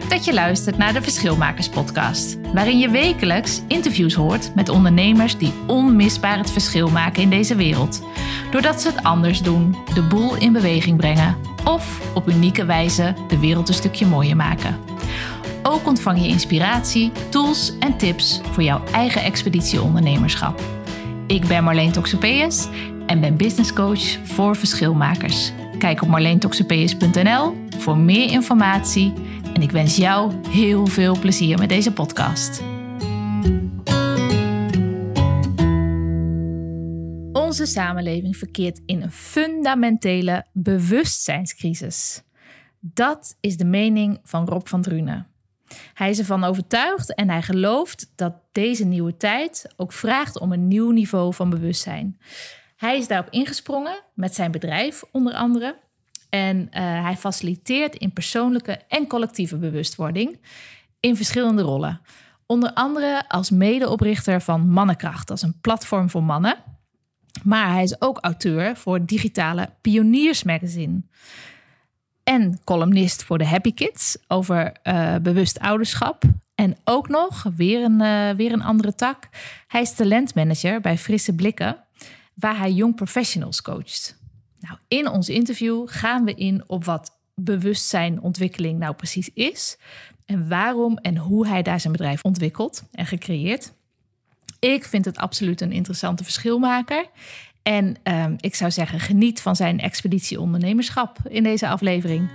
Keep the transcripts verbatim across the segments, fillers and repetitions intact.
Leuk dat je luistert naar de Verschilmakers podcast, waarin je wekelijks interviews hoort met ondernemers die onmisbaar het verschil maken in deze wereld. Doordat ze het anders doen, de boel in beweging brengen of op unieke wijze de wereld een stukje mooier maken. Ook ontvang je inspiratie, tools en tips voor jouw eigen expeditie ondernemerschap. Ik ben Marleen Toxopeus en ben business coach voor verschilmakers. Kijk op marleen toxopeus punt n l voor meer informatie en ik wens jou heel veel plezier met deze podcast. Onze samenleving verkeert in een fundamentele bewustzijnscrisis. Dat is de mening van Rob van Drunen. Hij is ervan overtuigd en hij gelooft dat deze nieuwe tijd ook vraagt om een nieuw niveau van bewustzijn. Hij is daarop ingesprongen met zijn bedrijf onder andere. En uh, hij faciliteert in persoonlijke en collectieve bewustwording in verschillende rollen. Onder andere als medeoprichter van Mannenkracht, dat is een platform voor mannen. Maar hij is ook auteur voor het digitale Pioniers Magazine. En columnist voor de Happy Kids over uh, bewust ouderschap. En ook nog, weer een, uh, weer een andere tak, hij is talentmanager bij Frisse Blikken, waar hij jong professionals coacht. Nou, in ons interview gaan we in op wat bewustzijnontwikkeling nou precies is en waarom en hoe hij daar zijn bedrijf ontwikkelt en gecreëerd. Ik vind het absoluut een interessante verschilmaker. En uh, ik zou zeggen, geniet van zijn expeditie ondernemerschap in deze aflevering.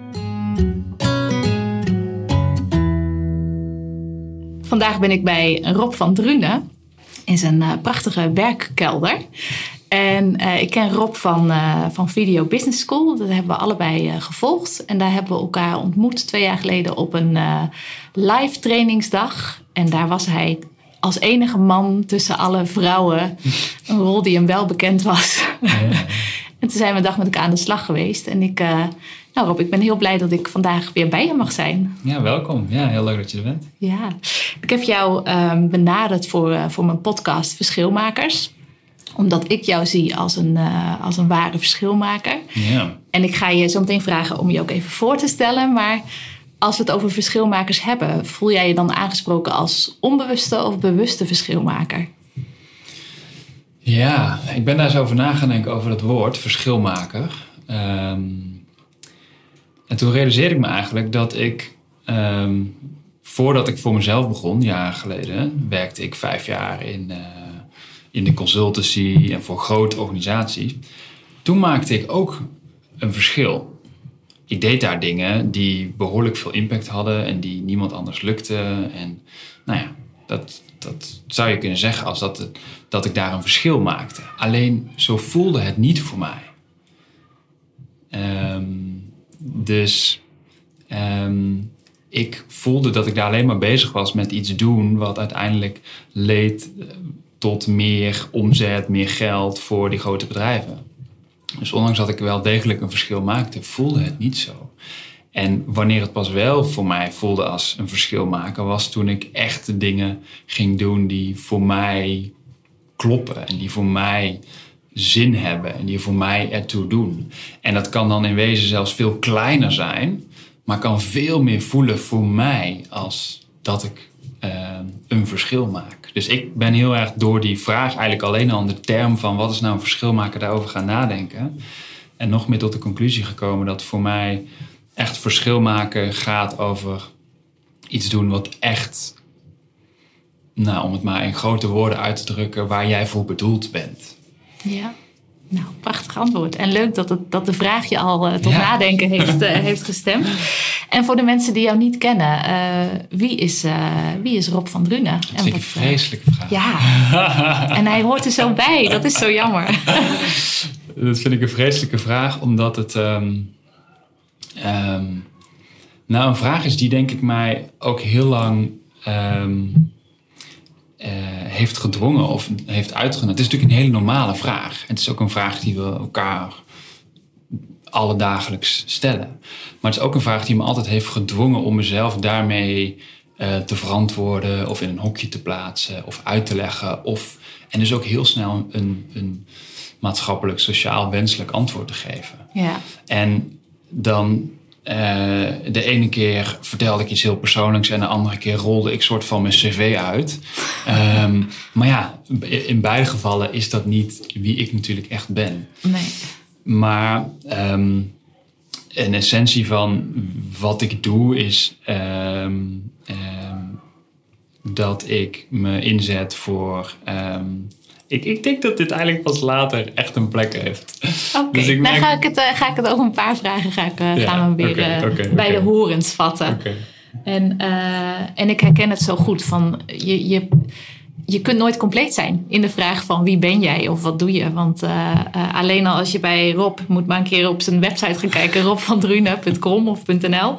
Vandaag ben ik bij Rob van Drunen in zijn uh, prachtige werkkelder. En uh, ik ken Rob van, uh, van Video Business School. Dat hebben we allebei uh, gevolgd. En daar hebben we elkaar ontmoet twee jaar geleden op een uh, live trainingsdag. En daar was hij als enige man tussen alle vrouwen. Een rol die hem wel bekend was. Ja. En toen zijn we een dag met elkaar aan de slag geweest. En ik, uh, nou Rob, ik ben heel blij dat ik vandaag weer bij je mag zijn. Ja, welkom. Ja, heel leuk dat je er bent. Ja, ik heb jou um, benaderd voor, uh, voor mijn podcast Verschilmakers. Omdat ik jou zie als een, uh, als een ware verschilmaker. Ja. En ik ga je zo meteen vragen om je ook even voor te stellen. Maar als we het over verschilmakers hebben, voel jij je dan aangesproken als onbewuste of bewuste verschilmaker? Ja, ik ben daar eens over na gaan denken over dat woord, verschilmaker. Um, en toen realiseerde ik me eigenlijk dat ik, um, voordat ik voor mezelf begon, jaren geleden, werkte ik vijf jaar in, uh, in de consultancy en voor grote organisaties. Toen maakte ik ook een verschil. Ik deed daar dingen die behoorlijk veel impact hadden en die niemand anders lukte. En nou ja, dat, dat zou je kunnen zeggen als dat, het, dat ik daar een verschil maakte. Alleen zo voelde het niet voor mij. Um, dus um, ik voelde dat ik daar alleen maar bezig was met iets doen wat uiteindelijk leed tot meer omzet, meer geld voor die grote bedrijven. Dus ondanks dat ik wel degelijk een verschil maakte, voelde het niet zo. En wanneer het pas wel voor mij voelde als een verschil maken, was toen ik echt de dingen ging doen die voor mij kloppen en die voor mij zin hebben en die voor mij ertoe doen. En dat kan dan in wezen zelfs veel kleiner zijn, maar kan veel meer voelen voor mij als dat ik uh, een verschil maak. Dus ik ben heel erg door die vraag eigenlijk alleen al aan de term van wat is nou een verschil maken daarover gaan nadenken. En nog meer tot de conclusie gekomen dat voor mij echt verschil maken gaat over iets doen wat echt, nou, om het maar in grote woorden uit te drukken, waar jij voor bedoeld bent. Ja, nou, prachtig antwoord. En leuk dat, het, dat de vraag je al uh, tot ja. nadenken heeft, uh, heeft gestemd. En voor de mensen die jou niet kennen, uh, wie, is, uh, wie is Rob van Drunen? Dat vind ik een vreselijke vraag. Ja, en hij hoort er zo bij. Dat is zo jammer. Dat vind ik een vreselijke vraag, omdat het Um, um, nou, een vraag is die denk ik mij ook heel lang Um, Uh, heeft gedwongen of heeft uitgenodigd. Het is natuurlijk een hele normale vraag. Het is ook een vraag die we elkaar alledagelijks stellen. Maar het is ook een vraag die me altijd heeft gedwongen om mezelf daarmee uh, te verantwoorden of in een hokje te plaatsen of uit te leggen. Of, en dus ook heel snel een, een maatschappelijk, sociaal wenselijk antwoord te geven. Ja. En dan Uh, de ene keer vertelde ik iets heel persoonlijks en de andere keer rolde ik soort van mijn cv uit. Um, maar ja, in beide gevallen is dat niet wie ik natuurlijk echt ben. Nee. Maar um, een essentie van wat ik doe is um, um, dat ik me inzet voor... Um, Ik, ik denk dat dit eigenlijk pas later echt een plek heeft. Oké, okay. dus nou ga ik, het, uh, ga ik het over een paar vragen ga ik, uh, ja, gaan we weer okay, uh, okay, bij okay. de horens vatten. Okay. En, uh, en ik herken het zo goed van je, je, je kunt nooit compleet zijn in de vraag van wie ben jij of wat doe je. Want uh, uh, alleen al als je bij Rob moet maar een keer op zijn website gaan kijken, rob van drunen punt com of .nl.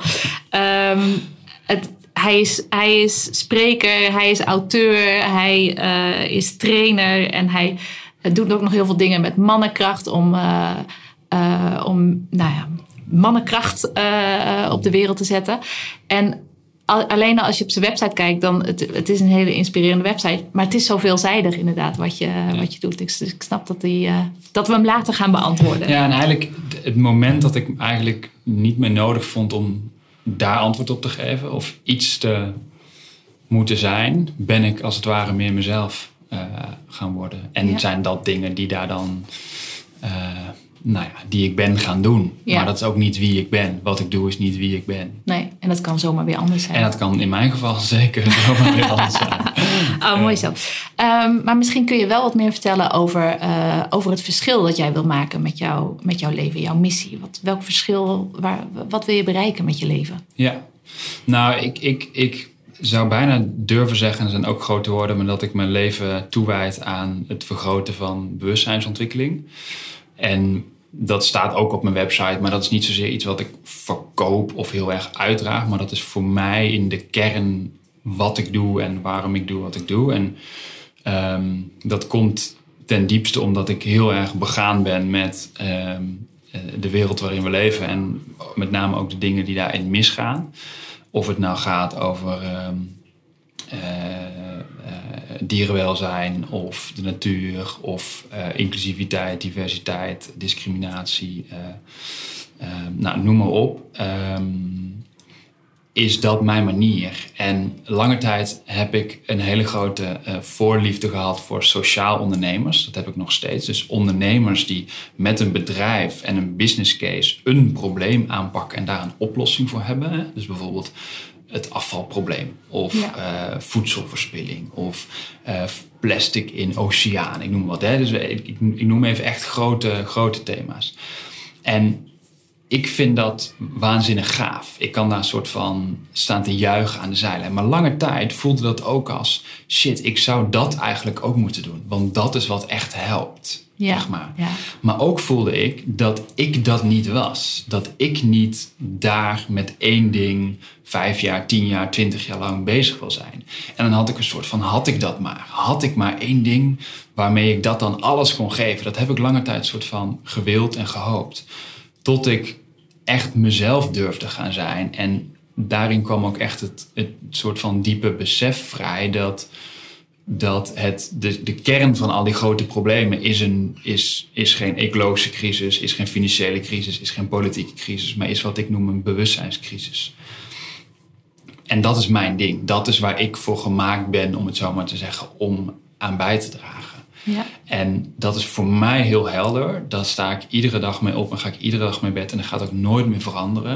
Um, het, Hij is, hij is spreker, hij is auteur, hij uh, is trainer en hij doet ook nog heel veel dingen met mannenkracht om, uh, uh, om nou ja, mannenkracht uh, op de wereld te zetten. En al, alleen al als je op zijn website kijkt, dan het, het is een hele inspirerende website, maar het is zo veelzijdig inderdaad wat je, ja. wat je doet. Dus ik snap dat, die, uh, dat we hem later gaan beantwoorden. Ja, en eigenlijk het moment dat ik eigenlijk niet meer nodig vond om daar antwoord op te geven of iets te moeten zijn, ben ik als het ware meer mezelf uh, gaan worden. En ja. zijn dat dingen die daar dan, uh, nou ja, die ik ben gaan doen. Ja. Maar dat is ook niet wie ik ben. Wat ik doe is niet wie ik ben. Nee, en dat kan zomaar weer anders zijn. En dat kan in mijn geval zeker zomaar weer anders zijn. Oh, mooi zo. Um, maar misschien kun je wel wat meer vertellen over, uh, over het verschil dat jij wil maken met, jou, met jouw leven, jouw missie. Wat, welk verschil, waar, wat wil je bereiken met je leven? Ja, nou, ik, ik, ik zou bijna durven zeggen, en dat zijn ook grote woorden, maar dat ik mijn leven toewijd aan het vergroten van bewustzijnsontwikkeling. En dat staat ook op mijn website, maar dat is niet zozeer iets wat ik verkoop of heel erg uitdraag. Maar dat is voor mij in de kern wat ik doe en waarom ik doe wat ik doe. En um, dat komt ten diepste omdat ik heel erg begaan ben met um, de wereld waarin we leven. En met name ook de dingen die daarin misgaan. Of het nou gaat over um, uh, uh, dierenwelzijn of de natuur of uh, inclusiviteit, diversiteit, discriminatie. Uh, uh, nou, noem maar op. Um, is dat mijn manier. En lange tijd heb ik een hele grote uh, voorliefde gehad voor sociaal ondernemers. Dat heb ik nog steeds. Dus ondernemers die met een bedrijf en een business case een probleem aanpakken en daar een oplossing voor hebben. Hè? Dus bijvoorbeeld het afvalprobleem of ja. uh, voedselverspilling of uh, plastic in oceaan. Ik noem wat. Hè? Dus ik, ik, ik noem even echt grote, grote thema's. En ik vind dat waanzinnig gaaf. Ik kan daar een soort van staan te juichen aan de zijlijn. Maar lange tijd voelde dat ook als shit, ik zou dat eigenlijk ook moeten doen. Want dat is wat echt helpt. Ja, zeg maar. Ja. Maar ook voelde ik dat ik dat niet was. Dat ik niet daar met één ding vijf jaar, tien jaar, twintig jaar lang bezig wil zijn. En dan had ik een soort van, had ik dat maar. Had ik maar één ding waarmee ik dat dan alles kon geven. Dat heb ik lange tijd een soort van gewild en gehoopt. Tot ik echt mezelf durfde gaan zijn. En daarin kwam ook echt het, het soort van diepe besef vrij dat, dat het, de, de kern van al die grote problemen is, een, is, is geen ecologische crisis, is geen financiële crisis, is geen politieke crisis, maar is wat ik noem een bewustzijnscrisis. En dat is mijn ding. Dat is waar ik voor gemaakt ben, om het zo maar te zeggen, om aan bij te dragen. Ja. En dat is voor mij heel helder. Daar sta ik iedere dag mee op en ga ik iedere dag mee bed. En dat gaat ook nooit meer veranderen.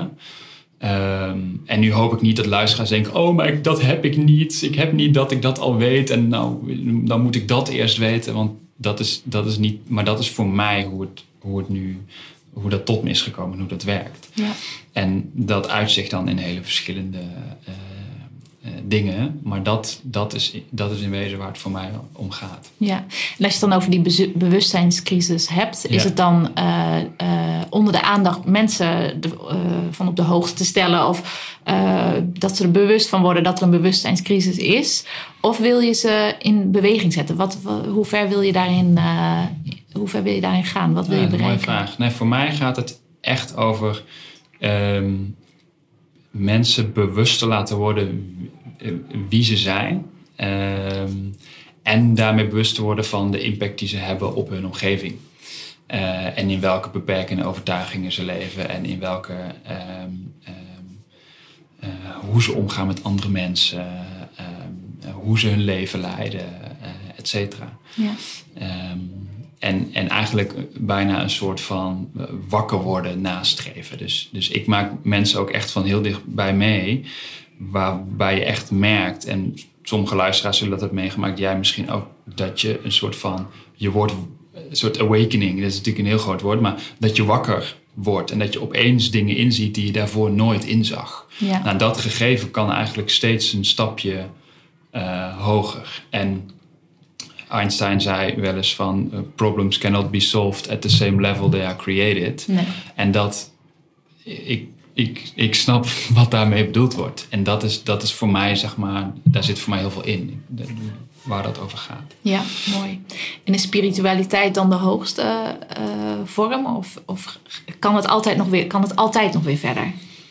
Um, en nu hoop ik niet dat luisteraars denken, oh, maar ik, dat heb ik niet. Ik heb niet dat ik dat al weet. En nou, dan moet ik dat eerst weten. Want dat is, dat is niet... Maar dat is voor mij hoe het, hoe het nu... Hoe dat tot me is gekomen en hoe dat werkt. Ja. En dat uitzicht dan in hele verschillende... Uh, Uh, dingen, maar dat, dat, is, dat is in wezen waar het voor mij om gaat. Ja, en als je het dan over die bezu- bewustzijnscrisis hebt, ja. is het dan uh, uh, onder de aandacht mensen de, uh, van op de hoogte te stellen of uh, dat ze er bewust van worden dat er een bewustzijnscrisis is? Of wil je ze in beweging zetten? Wat, hoe ver wil je daarin, uh, hoe ver wil je daarin gaan? Wat wil ja, je bereiken? Mooie vraag. Nee, voor mij gaat het echt over um, mensen bewust te laten worden wie ze zijn. Um, en daarmee bewust te worden van de impact die ze hebben op hun omgeving. Uh, en in welke beperkende overtuigingen ze leven. En in welke... Um, um, uh, hoe ze omgaan met andere mensen. Um, uh, hoe ze hun leven leiden. Uh, et cetera. Ja. Um, en, en eigenlijk bijna een soort van wakker worden nastreven. Dus, dus ik maak mensen ook echt van heel dichtbij mee. Waarbij je echt merkt... en sommige luisteraars zullen dat hebben meegemaakt... jij misschien ook, dat je een soort van... je wordt een soort awakening, dat is natuurlijk een heel groot woord... maar dat je wakker wordt en dat je opeens dingen inziet... die je daarvoor nooit inzag. Ja. Nou, dat gegeven kan eigenlijk steeds een stapje uh, hoger. En Einstein zei wel eens van... Uh, problems cannot be solved at the same level they are created. Nee. En dat... ik Ik, ik snap wat daarmee bedoeld wordt. En dat is, dat is voor mij, zeg maar... daar zit voor mij heel veel in. Waar dat over gaat. Ja, mooi. En is spiritualiteit dan de hoogste uh, vorm? Of, of kan, het altijd nog weer, kan het altijd nog weer verder?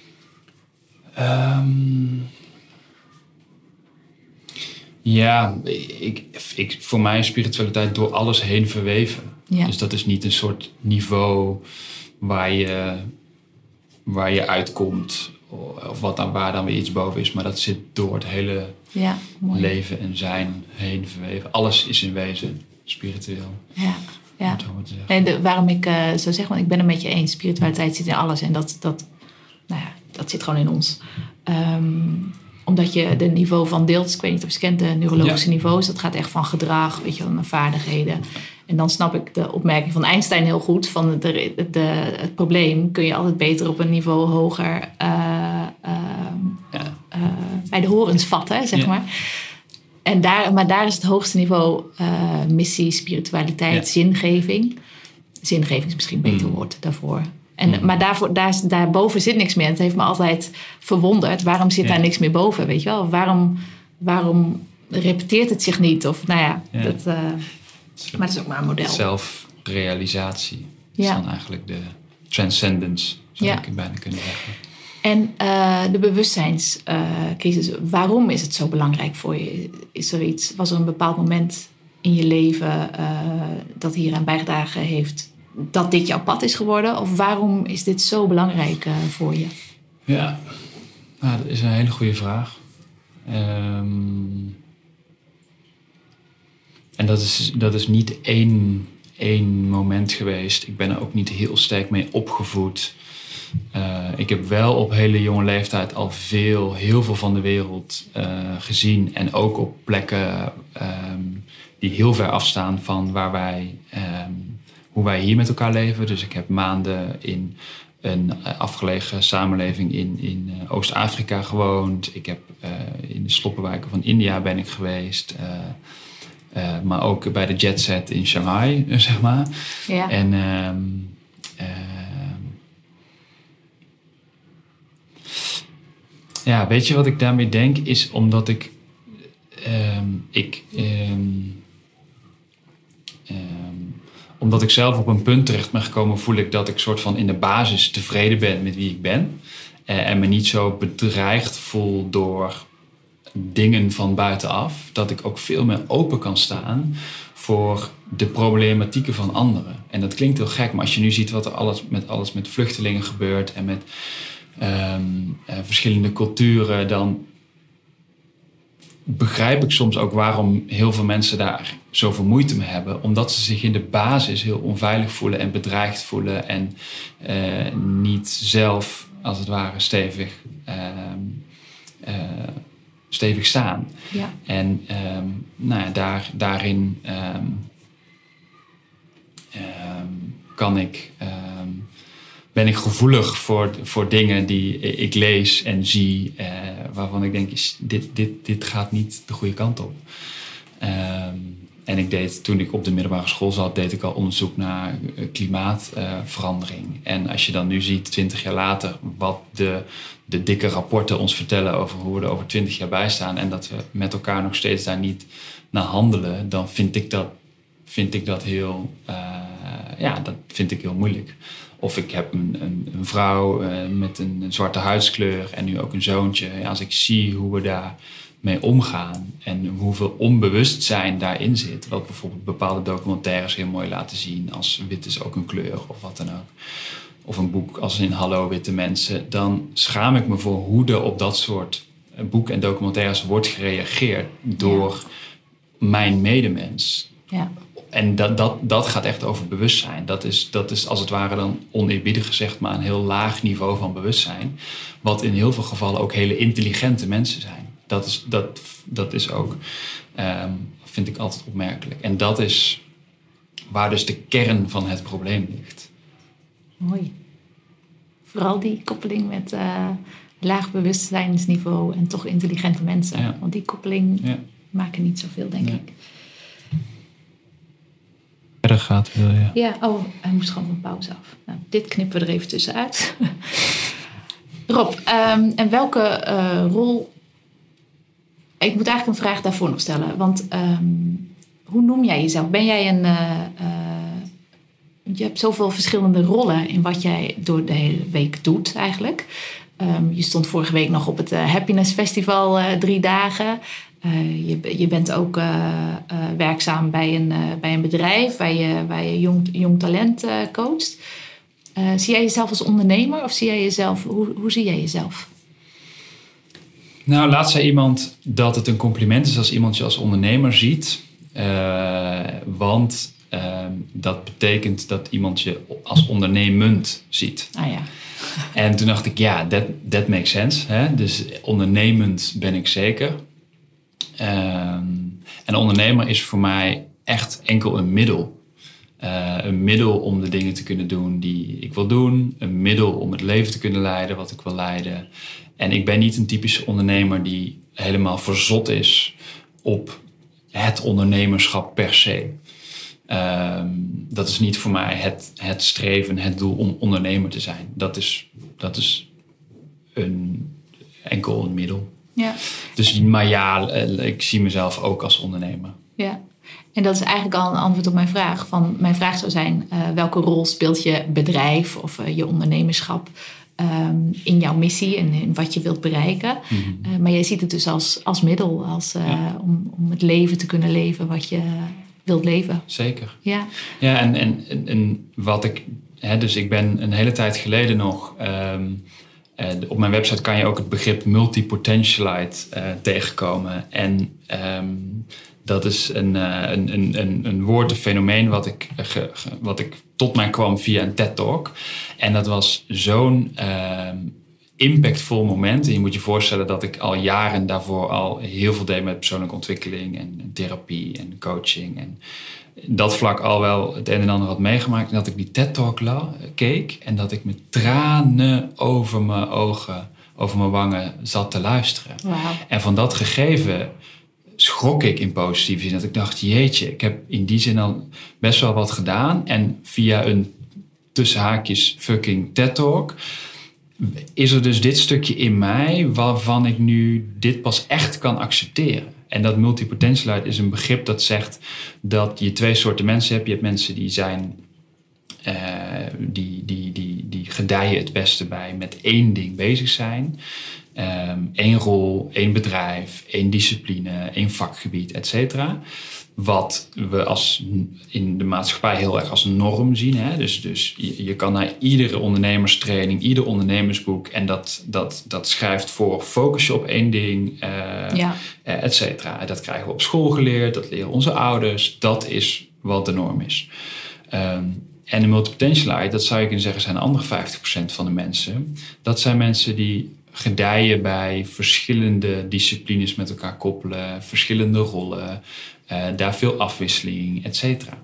Um, ja, ik, ik, voor mij is spiritualiteit door alles heen verweven. Ja. Dus dat is niet een soort niveau waar je... waar je uitkomt of wat dan, waar dan weer iets boven is. Maar dat zit door het hele ja, leven en zijn heen verweven. Alles is in wezen spiritueel. Ja, ja. En de, waarom ik uh, zo zeg, want ik ben het met je eens. Spiritualiteit zit in alles en dat, dat, nou ja, dat zit gewoon in ons. Um, omdat je de niveau van deelt, ik weet niet of je kent de neurologische ja. niveaus. Dat gaat echt van gedrag, weet je wel, naar vaardigheden. En dan snap ik de opmerking van Einstein heel goed. Van de, de, het probleem kun je altijd beter op een niveau hoger uh, uh, ja. uh, bij de horens vatten, zeg ja. maar. En daar, maar daar is het hoogste niveau uh, missie, spiritualiteit, ja. zingeving. Zingeving is misschien een beter mm. woord daarvoor. En, mm. Maar daarvoor, daar, daarboven zit niks meer. Het heeft me altijd verwonderd. Waarom zit ja. daar niks meer boven, weet je wel? Waarom, waarom repeteert het zich niet? Of nou ja, ja. dat... Uh, maar dat is ook maar een model. Zelfrealisatie. Dat ja. is dan eigenlijk de transcendence, zou ja. ik bijna kunnen zeggen. En uh, de bewustzijnscrisis, uh, waarom is het zo belangrijk voor je? Is er iets, was er een bepaald moment in je leven uh, dat hier aan bijgedragen heeft dat dit jouw pad is geworden? Of waarom is dit zo belangrijk uh, voor je? Ja, nou, dat is een hele goede vraag. Um, en dat is, dat is niet één, één moment geweest. Ik ben er ook niet heel sterk mee opgevoed. Uh, ik heb wel op hele jonge leeftijd al veel, heel veel van de wereld uh, gezien. En ook op plekken um, die heel ver afstaan van waar wij, um, hoe wij hier met elkaar leven. Dus ik heb maanden in een afgelegen samenleving in, in uh, Oost-Afrika gewoond. Ik heb uh, in de sloppenwijken van India ben ik geweest. Uh, uh, maar ook bij de Jet Set in Shanghai, zeg maar. Ja. En... Um, uh, Ja, weet je wat ik daarmee denk? Is omdat ik... Um, ik um, um, omdat ik zelf op een punt terecht ben gekomen... voel ik dat ik soort van in de basis tevreden ben met wie ik ben. Uh, en me niet zo bedreigd voel door dingen van buitenaf. Dat ik ook veel meer open kan staan voor de problematieken van anderen. En dat klinkt heel gek, maar als je nu ziet wat er alles met, alles met vluchtelingen gebeurt... en met... Um, uh, verschillende culturen, dan begrijp ik soms ook waarom heel veel mensen daar zoveel moeite mee hebben. Omdat ze zich in de basis heel onveilig voelen en bedreigd voelen en uh, niet zelf, als het ware, stevig, uh, uh, stevig staan. Ja. En um, nou ja, daar, daarin um, um, kan ik... Um, ben ik gevoelig voor, voor dingen die ik lees en zie... Uh, waarvan ik denk, is, dit, dit, dit gaat niet de goede kant op. Um, en ik deed, toen ik op de middelbare school zat... deed ik al onderzoek naar klimaatverandering. Uh, en als je dan nu ziet, twintig jaar later... wat de, de dikke rapporten ons vertellen over hoe we er over twintig jaar bij staan... en dat we met elkaar nog steeds daar niet naar handelen... dan vind ik dat, vind ik dat heel... Uh, ja, dat vind ik heel moeilijk... Of ik heb een, een, een vrouw uh, met een, een zwarte huidskleur en nu ook een zoontje. Ja, als ik zie hoe we daar mee omgaan. En hoeveel onbewustzijn daarin zit. Wat bijvoorbeeld bepaalde documentaires heel mooi laten zien. Als wit is ook een kleur of wat dan ook. Of een boek als in Hallo Witte Mensen. Dan schaam ik me voor hoe er op dat soort boeken en documentaires wordt gereageerd. Door ja. mijn medemens. Ja. En dat, dat, dat gaat echt over bewustzijn. Dat is, dat is als het ware dan oneerbiedig gezegd, maar een heel laag niveau van bewustzijn. Wat in heel veel gevallen ook hele intelligente mensen zijn. Dat is, dat, dat is ook, um, vind ik altijd opmerkelijk. En dat is waar dus de kern van het probleem ligt. Mooi. Vooral die koppeling met uh, laag bewustzijnsniveau en toch intelligente mensen. Ja. Want die koppeling ja. maken niet zoveel, denk ja. ik. Verder gaat wil je. Ja, oh, hij moest gewoon van pauze af. Nou, dit knippen we er even tussenuit. Rob, um, en welke uh, rol... Ik moet eigenlijk een vraag daarvoor nog stellen. Want um, hoe noem jij jezelf? Ben jij een... Uh, uh, je hebt zoveel verschillende rollen in wat jij door de hele week doet eigenlijk. Um, je stond vorige week nog op het uh, Happiness Festival uh, drie dagen... Uh, je, je bent ook uh, uh, werkzaam bij een, uh, bij een bedrijf waar je, waar je jong, jong talent uh, coacht. Uh, zie jij jezelf als ondernemer of zie jij jezelf, hoe, hoe zie jij jezelf? Nou, laatst zei iemand dat het een compliment is als iemand je als ondernemer ziet. Uh, want uh, dat betekent dat iemand je als ondernemend ziet. Ah ja. En toen dacht ik, ja, that, that makes sense. Hè? Dus ondernemend ben ik zeker. Um, en ondernemer is voor mij echt enkel een middel. Uh, een middel om de dingen te kunnen doen die ik wil doen. Een middel om het leven te kunnen leiden wat ik wil leiden. En ik ben niet een typische ondernemer die helemaal verzot is op het ondernemerschap per se. Um, dat is niet voor mij het, het streven, het doel om ondernemer te zijn. Dat is, dat is een, enkel een middel. Ja. Dus, maar ja, ik zie mezelf ook als ondernemer. Ja, en dat is eigenlijk al een antwoord op mijn vraag. Van, mijn vraag zou zijn, uh, welke rol speelt je bedrijf of uh, je ondernemerschap um, in jouw missie en in wat je wilt bereiken? Mm-hmm. Uh, maar jij ziet het dus als, als middel, als, uh, ja. om, om het leven te kunnen leven wat je wilt leven. Zeker. Ja, ja en, en, en wat ik... Hè, dus ik ben een hele tijd geleden nog... Um, Uh, op mijn website kan je ook het begrip multipotentialite uh, tegenkomen. En um, dat is een, uh, een, een, een, een woord, een fenomeen wat ik, uh, ge, ge, wat ik tot mij kwam via een TED-talk. En dat was zo'n uh, impactvol moment. En je moet je voorstellen dat ik al jaren daarvoor al heel veel deed met persoonlijke ontwikkeling en, en therapie en coaching. En dat vlak al wel het een en ander had meegemaakt. En dat ik die TED-talk la, keek en dat ik met tranen over mijn ogen, over mijn wangen zat te luisteren. Wow. En van dat gegeven schrok ik in positieve zin. Dat ik dacht, jeetje, ik heb in die zin al best wel wat gedaan. En via een tussen haakjes fucking TED-talk is er dus dit stukje in mij waarvan ik nu dit pas echt kan accepteren. En dat multipotentialite is een begrip dat zegt dat je twee soorten mensen hebt. Je hebt mensen die zijn, uh, die, die, die, die gedijen het beste bij met één ding bezig zijn. Um, één rol, één bedrijf, één discipline, één vakgebied, et cetera. Wat we als in de maatschappij heel erg als norm zien. Hè? Dus, dus je, je kan naar iedere ondernemerstraining, ieder ondernemersboek... en dat, dat, dat schrijft voor focus je op één ding, uh, ja. uh, et cetera. Dat krijgen we op school geleerd, dat leren onze ouders. Dat is wat de norm is. Um, en de multipotentialite, dat zou je kunnen zeggen... zijn de andere vijftig procent van de mensen. Dat zijn mensen die gedijen bij verschillende disciplines met elkaar koppelen... verschillende rollen... Uh, daar veel afwisseling, et cetera.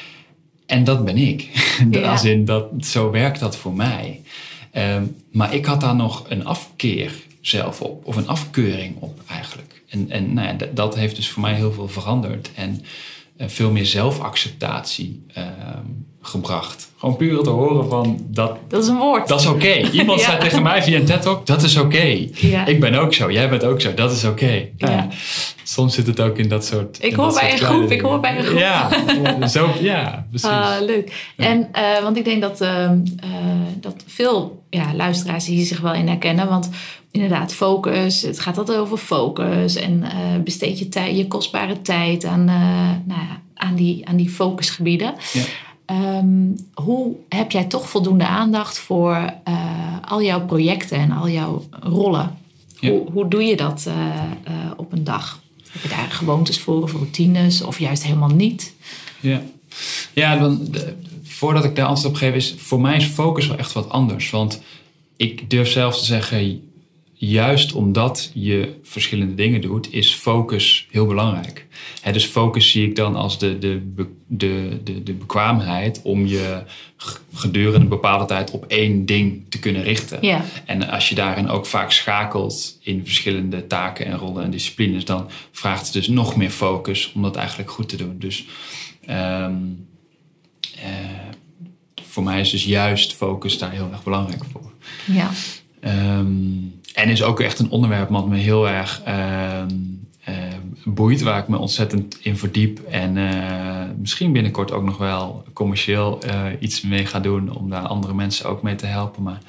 En dat ben ik. Ja. Als in dat, zo werkt dat voor mij. Um, maar ik had daar nog een afkeer zelf op. Of een afkeuring op eigenlijk. En, en nou ja, d- dat heeft dus voor mij heel veel veranderd. En uh, veel meer zelfacceptatie uh, gebracht. Gewoon puur te horen van dat... Dat is een woord. Dat is oké. Okay. Iemand ja. zei tegen mij via een TED-talk, dat is oké. Okay. Ja. Ik ben ook zo, jij bent ook zo, dat is oké. Okay. Ja. Ja. Soms zit het ook in dat soort... Ik hoor bij een groep, dingen. ik hoor bij een groep. Ja, zo, ja precies. Uh, leuk. Ja. En, uh, want ik denk dat, uh, uh, dat veel ja, luisteraars hier zich wel in herkennen. Want inderdaad, focus. Het gaat altijd over focus. En uh, besteed je, tij- je kostbare tijd aan, uh, nou ja, aan, die, aan die focusgebieden. Ja. Um, hoe heb jij toch voldoende aandacht voor uh, al jouw projecten en al jouw rollen? Ja. Hoe, hoe doe je dat uh, uh, op een dag? Heb je daar gewoontes voor of routines of juist helemaal niet? Ja, ja dan, de, voordat ik daar antwoord op geef is... voor mij is focus wel echt wat anders. Want ik durf zelfs te zeggen... juist omdat je verschillende dingen doet... is focus heel belangrijk. He, dus focus zie ik dan als de, de, de, de, de bekwaamheid... om je gedurende een bepaalde tijd op één ding te kunnen richten. Ja. En als je daarin ook vaak schakelt... in verschillende taken en rollen en disciplines... dan vraagt het dus nog meer focus om dat eigenlijk goed te doen. Dus um, uh, voor mij is dus juist focus daar heel erg belangrijk voor. Ja. Um, en is ook echt een onderwerp wat me heel erg uh, uh, boeit, waar ik me ontzettend in verdiep. En uh, misschien binnenkort ook nog wel commercieel uh, iets mee ga doen om daar andere mensen ook mee te helpen. Maar,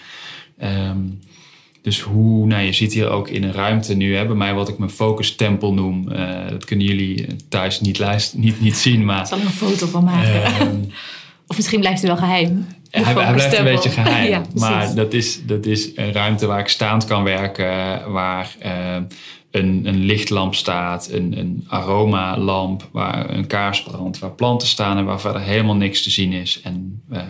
um, dus hoe, nou je ziet hier ook in een ruimte nu, hè, bij mij wat ik mijn focustempel noem. Uh, dat kunnen jullie thuis niet, luisteren, niet, niet zien. Maar, zal ik een foto van maken? Uh, of misschien blijft het wel geheim. Hij, hij blijft een beetje geheim. Ja, maar dat is, dat is een ruimte waar ik staand kan werken. Waar uh, een, een lichtlamp staat. Een, een aromalamp. Waar een kaars brandt. Waar planten staan en waar verder helemaal niks te zien is. En uh,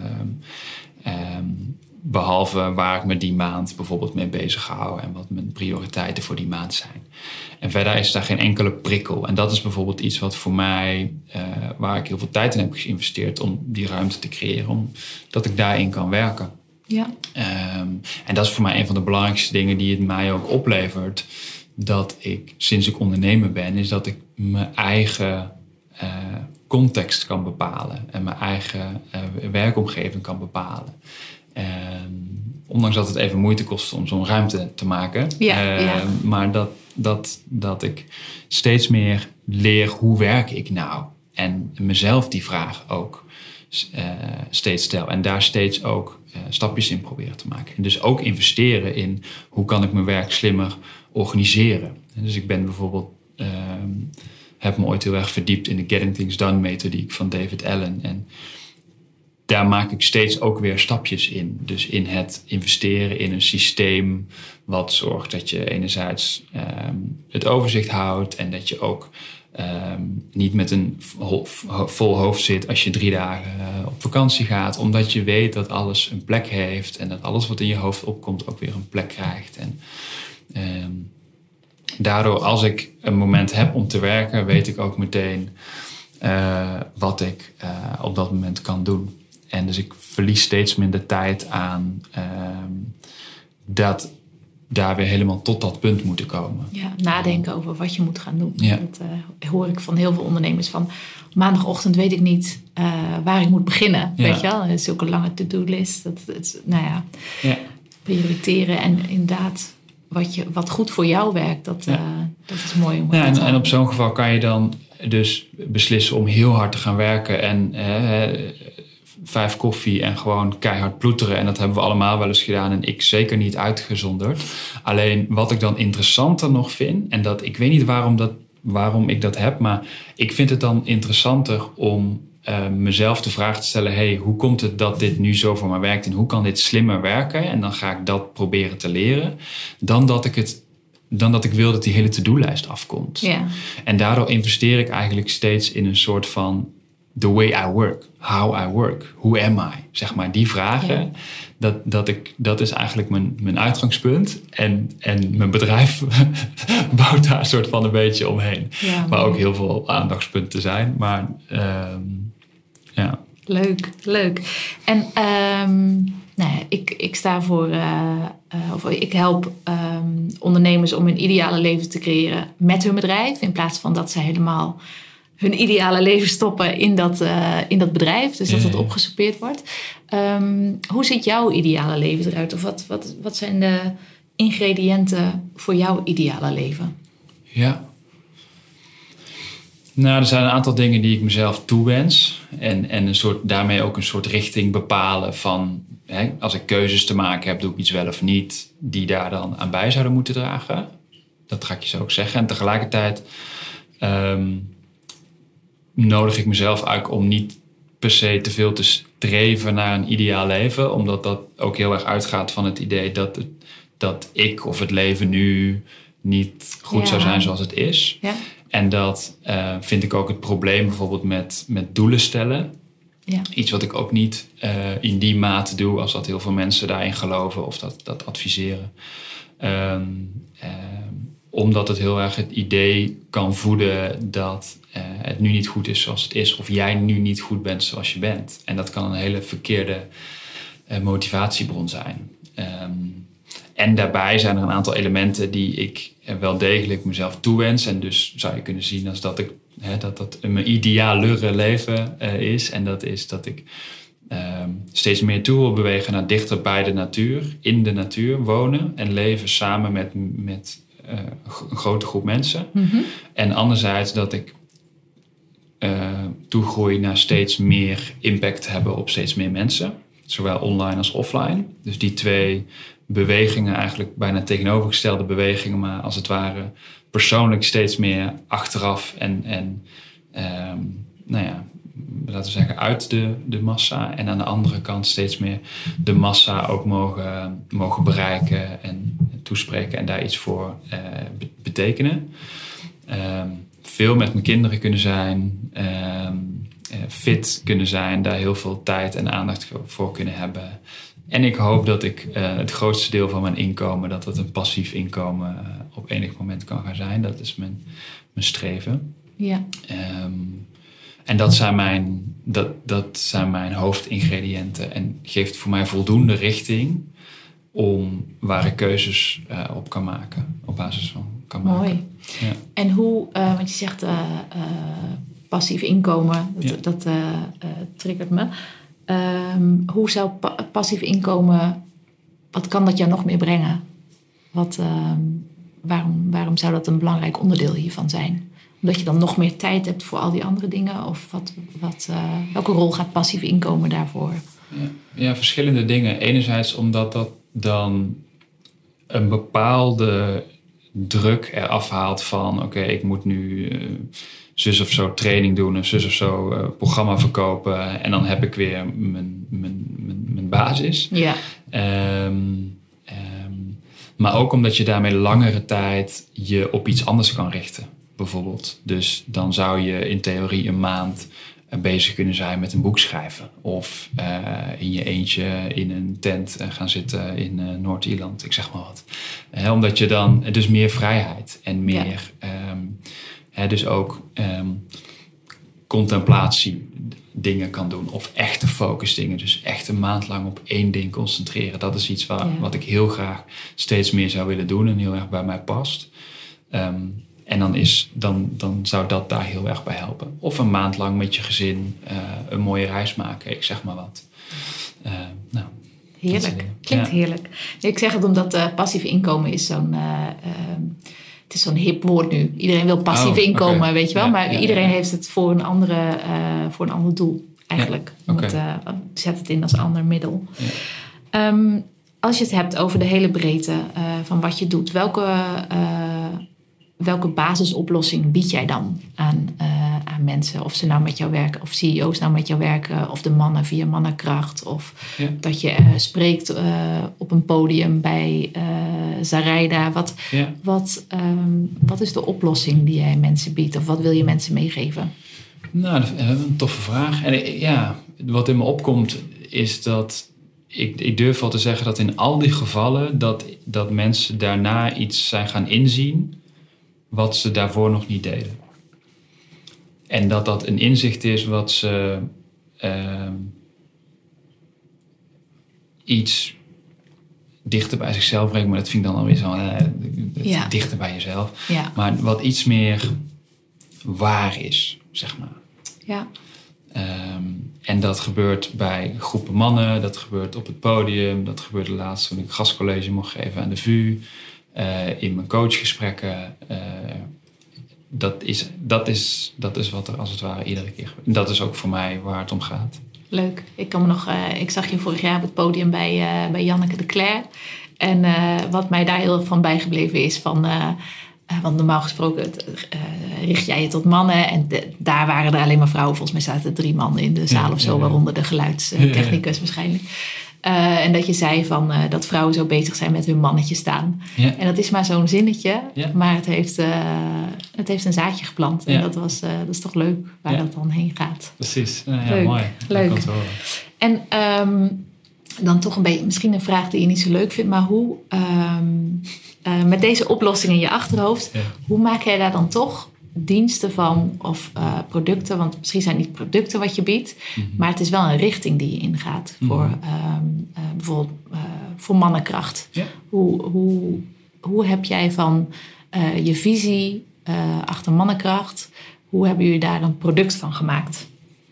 um, behalve waar ik me die maand bijvoorbeeld mee bezig hou. En wat mijn prioriteiten voor die maand zijn. En verder is daar geen enkele prikkel. En dat is bijvoorbeeld iets wat voor mij... Uh, waar ik heel veel tijd in heb geïnvesteerd... om die ruimte te creëren. Omdat ik daarin kan werken. Ja. Um, en dat is voor mij een van de belangrijkste dingen... die het mij ook oplevert. Dat ik, sinds ik ondernemer ben... is dat ik mijn eigen uh, context kan bepalen. En mijn eigen uh, werkomgeving kan bepalen. Um, ondanks dat het even moeite kost om zo'n ruimte te maken. Ja, uh, ja. Maar dat, dat, dat ik steeds meer leer hoe werk ik nou. En mezelf die vraag ook uh, steeds stel. En daar steeds ook uh, stapjes in proberen te maken. En dus ook investeren in hoe kan ik mijn werk slimmer organiseren. En dus ik ben bijvoorbeeld... Uh, heb me ooit heel erg verdiept in de Getting Things Done methodiek van David Allen. En daar maak ik steeds ook weer stapjes in. Dus in het investeren in een systeem... wat zorgt dat je enerzijds um, het overzicht houdt... en dat je ook um, niet met een vol hoofd zit... als je drie dagen uh, op vakantie gaat. Omdat je weet dat alles een plek heeft... en dat alles wat in je hoofd opkomt ook weer een plek krijgt. En um, daardoor, als ik een moment heb om te werken... weet ik ook meteen uh, wat ik uh, op dat moment kan doen. En dus ik verlies steeds minder tijd aan uh, dat daar weer helemaal tot dat punt moeten komen. Ja, nadenken over wat je moet gaan doen. Ja. Dat uh, hoor ik van heel veel ondernemers van... maandagochtend weet ik niet uh, waar ik moet beginnen. Ja. Weet je wel? Het is ook een lange to-do-list. Dat, het, nou ja, ja, prioriteren en inderdaad... Wat, je, wat goed voor jou werkt, dat, ja. uh, dat is mooi. Om ja, en, en op zo'n geval kan je dan dus beslissen om heel hard te gaan werken... en uh, vijf koffie en gewoon keihard ploeteren. En dat hebben we allemaal wel eens gedaan en ik zeker niet uitgezonderd. Alleen wat ik dan interessanter nog vind... en dat ik weet niet waarom, dat, waarom ik dat heb... maar ik vind het dan interessanter om uh, mezelf de vraag te stellen... hey, hoe komt het dat dit nu zo voor mij werkt... en hoe kan dit slimmer werken? En dan ga ik dat proberen te leren. Dan dat ik het... dan dat ik wil dat die hele to-do-lijst afkomt. Ja. En daardoor investeer ik eigenlijk steeds in een soort van... the way I work, how I work, who am I? Zeg maar, die vragen, ja. dat, dat, ik, dat is eigenlijk mijn, mijn uitgangspunt. En, en mijn bedrijf bouwt daar een soort van een beetje omheen. Ja, maar ook heel veel aandachtspunten zijn. Maar um, ja. Leuk, leuk. En um, nou ja, ik, ik sta voor, uh, uh, of ik help um, ondernemers om hun ideale leven te creëren met hun bedrijf. In plaats van dat ze helemaal hun ideale leven stoppen in dat, uh, in dat bedrijf. Dus dat Ja, het ja. opgesoupeerd wordt. Um, hoe ziet jouw ideale leven eruit? Of wat, wat, wat zijn de ingrediënten voor jouw ideale leven? Ja. Nou, er zijn een aantal dingen die ik mezelf toewens. En, en een soort, daarmee ook een soort richting bepalen van... Hè, als ik keuzes te maken heb, doe ik iets wel of niet... die daar dan aan bij zouden moeten dragen. Dat ga ik je zo ook zeggen. En tegelijkertijd um, nodig ik mezelf uit om niet per se te veel te streven naar een ideaal leven. Omdat dat ook heel erg uitgaat van het idee dat, het, dat ik of het leven nu niet goed Ja. zou zijn zoals het is. Ja. En dat uh, vind ik ook het probleem bijvoorbeeld met, met doelen stellen. Ja. Iets wat ik ook niet uh, in die mate doe als dat heel veel mensen daarin geloven of dat, dat adviseren. Um, um, omdat het heel erg het idee kan voeden dat uh, het nu niet goed is zoals het is. Of jij nu niet goed bent zoals je bent. En dat kan een hele verkeerde uh, motivatiebron zijn. Um, en daarbij zijn er een aantal elementen die ik wel degelijk mezelf toewens. En dus zou je kunnen zien als dat ik, hè, dat, dat mijn idealere leven uh, is. En dat is dat ik uh, steeds meer toe wil bewegen naar dichter bij de natuur. In de natuur wonen en leven samen met, met uh, een grote groep mensen. Mm-hmm. En anderzijds dat ik uh, toegroei naar steeds meer impact hebben op steeds meer mensen. Zowel online als offline. Dus die twee bewegingen, eigenlijk bijna tegenovergestelde bewegingen, maar als het ware persoonlijk steeds meer achteraf en, en um, nou ja, laten we zeggen uit de, de massa. En aan de andere kant steeds meer de massa ook mogen, mogen bereiken en toespreken en daar iets voor uh, betekenen. Um, veel met mijn kinderen kunnen zijn, um, fit kunnen zijn, daar heel veel tijd en aandacht voor kunnen hebben. En ik hoop dat ik uh, het grootste deel van mijn inkomen, dat het een passief inkomen uh, op enig moment kan gaan zijn. Dat is mijn, mijn streven. Ja. Um, en dat zijn, mijn, dat, dat zijn mijn hoofdingrediënten. En geeft voor mij voldoende richting om waar ik keuzes uh, op kan maken. Op basis van kan maken. Mooi. Ja. En hoe, uh, want je zegt uh, uh, passief inkomen, dat, Ja. dat uh, uh, triggert me. Um, hoe zou pa- passief inkomen, wat kan dat jou nog meer brengen? Wat, uh, waarom, waarom zou dat een belangrijk onderdeel hiervan zijn? Omdat je dan nog meer tijd hebt voor al die andere dingen? Of wat, wat, uh, welke rol gaat passief inkomen daarvoor? Ja, ja, verschillende dingen. Enerzijds omdat dat dan een bepaalde druk eraf haalt van... oké, okay, ik moet nu uh, zus of zo training doen... een zus of zo uh, programma verkopen... en dan heb ik weer mijn, mijn, mijn, mijn basis. Ja. Um, um, maar ook omdat je daarmee langere tijd je op iets anders kan richten, bijvoorbeeld. Dus dan zou je in theorie een maand bezig kunnen zijn met een boek schrijven. Of uh, in je eentje in een tent uh, gaan zitten in uh, Noord-Ierland, ik zeg maar wat. Uh, omdat je dan, dus meer vrijheid en meer, ja. um, hè, dus ook um, contemplatie dingen kan doen. Of echte focus dingen. Dus echt een maand lang op één ding concentreren. Dat is iets waar, ja. wat ik heel graag steeds meer zou willen doen en heel erg bij mij past. Um, En dan, is, dan, dan zou dat daar heel erg bij helpen. Of een maand lang met je gezin uh, een mooie reis maken. Ik zeg maar wat. Uh, nou, heerlijk. Klinkt ja. heerlijk. Ik zeg het omdat uh, passief inkomen is zo'n... Uh, uh, het is zo'n hip woord nu. Iedereen wil passief oh, inkomen, okay. weet je wel. Ja, maar ja, iedereen ja, ja. heeft het voor een, andere, uh, voor een ander doel. Eigenlijk. Ja, okay. het, uh, zet het in als ander middel. Ja. Um, als je het hebt over de hele breedte uh, van wat je doet. Welke... Uh, Welke basisoplossing bied jij dan aan, uh, aan mensen? Of ze nou met jou werken, of C E O's nou met jou werken, of de mannen via Mannenkracht. Of ja. dat je uh, spreekt uh, op een podium bij uh, Zaraida. Wat, ja. wat, um, wat is de oplossing die jij mensen biedt? Of wat wil je mensen meegeven? Nou, dat is een toffe vraag. En ja, wat in me opkomt is dat... Ik, ik durf wel te zeggen dat in al die gevallen... dat, dat mensen daarna iets zijn gaan inzien... wat ze daarvoor nog niet deden. En dat dat een inzicht is wat ze uh, iets dichter bij zichzelf brengt. Maar dat vind ik dan alweer zo uh, ja. dichter bij jezelf. Ja. Maar wat iets meer waar is. zeg maar. Ja. Um, en dat gebeurt bij groepen mannen, dat gebeurt op het podium, dat gebeurde laatst toen ik gastcollege mocht geven aan de V U, uh, in mijn coachgesprekken. Uh, dat, is, dat, is, dat is wat er als het ware iedere keer gebeurt. Dat is ook voor mij waar het om gaat. Leuk. Ik kan me nog, uh, ik zag je vorig jaar op het podium bij, uh, bij Janneke de Cler. En uh, wat mij daar heel erg van bijgebleven is van... Uh, Uh, want normaal gesproken uh, richt jij je tot mannen. En de, daar waren er alleen maar vrouwen. Volgens mij zaten er drie mannen in de zaal ja, of zo. Ja, ja. Waaronder de geluidstechnicus ja, ja. waarschijnlijk. Uh, en dat je zei van, uh, dat vrouwen zo bezig zijn met hun mannetje staan. Ja. En dat is maar zo'n zinnetje. Ja. Maar het heeft, uh, het heeft een zaadje geplant. En ja. dat, was, uh, dat is toch leuk waar ja. dat dan heen gaat. Precies. Ja, ja, leuk. Mooi. Leuk. En um, dan toch een beetje, misschien een vraag die je niet zo leuk vindt. Maar hoe... Um, Uh, met deze oplossing in je achterhoofd, ja. hoe maak jij daar dan toch diensten van of uh, producten? Want misschien zijn het niet producten wat je biedt, mm-hmm. maar het is wel een richting die je ingaat mm-hmm. voor um, uh, bijvoorbeeld uh, voor mannenkracht. Ja. Hoe, hoe, hoe heb jij van uh, je visie uh, achter mannenkracht, hoe hebben jullie daar een product van gemaakt?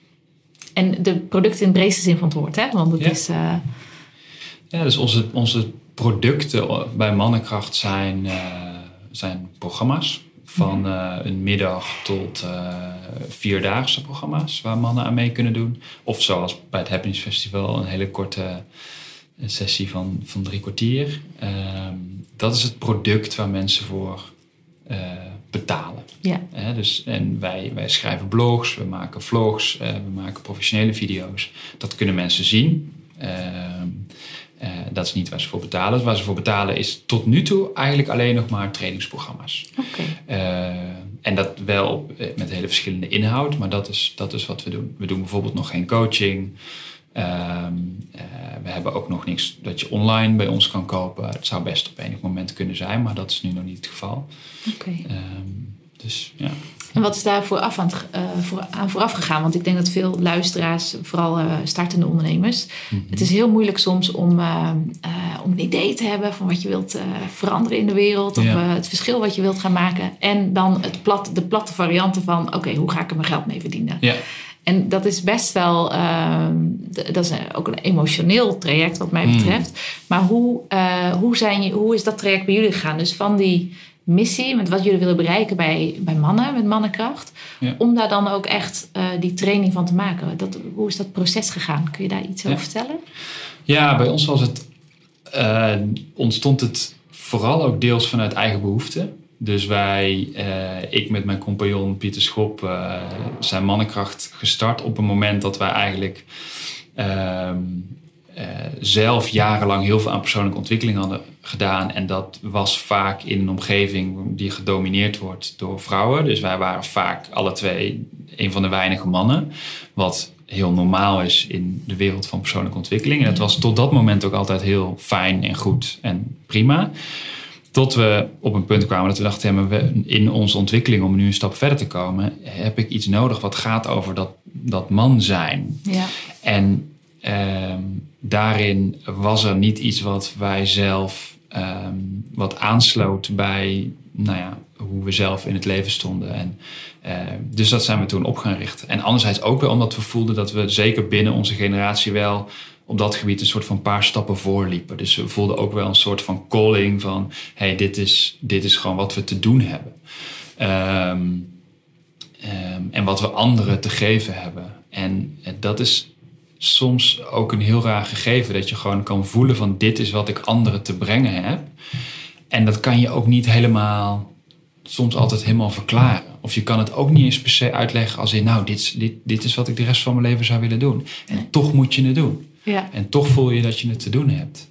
En de producten in de breedste zin van het woord, hè? Want het ja. is... Uh, ja, dus onze... onze producten bij Mannenkracht zijn, uh, zijn programma's. Van uh, een middag tot uh, vierdaagse programma's waar mannen aan mee kunnen doen. Of zoals bij het Happiness Festival een hele korte sessie van, van drie kwartier. Uh, dat is het product waar mensen voor uh, betalen. Ja. Uh, dus, en wij, wij schrijven blogs, we maken vlogs, uh, we maken professionele video's. Dat kunnen mensen zien. Uh, Uh, dat is niet waar ze voor betalen. Waar ze voor betalen is tot nu toe eigenlijk alleen nog maar trainingsprogramma's. Okay. Uh, en dat wel met hele verschillende inhoud, maar dat is, dat is wat we doen. We doen bijvoorbeeld nog geen coaching. Uh, uh, we hebben ook nog niks dat je online bij ons kan kopen. Het zou best op enig moment kunnen zijn, maar dat is nu nog niet het geval. Okay. Uh, dus ja. En wat is daar vooraf aan, uh, voor, aan vooraf gegaan? Want ik denk dat veel luisteraars, vooral uh, startende ondernemers... Mm-hmm. Het is heel moeilijk soms om, uh, uh, om een idee te hebben van wat je wilt uh, veranderen in de wereld. Of ja. uh, het verschil wat je wilt gaan maken. En dan het plat, de platte varianten van, oké, okay, hoe ga ik er mijn geld mee verdienen? Ja. En dat is best wel, uh, dat is ook een emotioneel traject wat mij betreft. Mm. Maar hoe, uh, hoe, zijn je, hoe is dat traject bij jullie gegaan? Dus van die... missie, met wat jullie willen bereiken bij, bij mannen, met mannenkracht. Ja. Om daar dan ook echt uh, die training van te maken. Dat, hoe is dat proces gegaan? Kun je daar iets ja. over vertellen? Ja, bij ons was het, uh, ontstond het vooral ook deels vanuit eigen behoefte. Dus wij, uh, ik met mijn compagnon Pieter Schop, uh, zijn mannenkracht gestart op een moment dat wij eigenlijk... Uh, Uh, zelf jarenlang heel veel aan persoonlijke ontwikkeling hadden gedaan. En dat was vaak in een omgeving die gedomineerd wordt door vrouwen. Dus wij waren vaak alle twee een van de weinige mannen. Wat heel normaal is in de wereld van persoonlijke ontwikkeling. En het was tot dat moment ook altijd heel fijn en goed en prima. Tot we op een punt kwamen dat we dachten... Ja, in onze ontwikkeling, om nu een stap verder te komen... heb ik iets nodig wat gaat over dat, dat man zijn. Ja. En... Um, daarin was er niet iets wat wij zelf um, wat aansloot bij nou ja, hoe we zelf in het leven stonden. En, uh, dus dat zijn we toen op gaan richten. En anderzijds ook wel omdat we voelden dat we zeker binnen onze generatie wel op dat gebied een soort van paar stappen voorliepen. Dus we voelden ook wel een soort van calling van hey, dit is, dit is gewoon wat we te doen hebben. Um, um, en wat we anderen te geven hebben. En uh, dat is soms ook een heel raar gegeven. Dat je gewoon kan voelen van dit is wat ik anderen te brengen heb. En dat kan je ook niet helemaal, soms altijd helemaal verklaren. Of je kan het ook niet eens per se uitleggen als in nou, dit, dit, dit is wat ik de rest van mijn leven zou willen doen. En nee. toch moet je het doen. Ja. En toch voel je dat je het te doen hebt.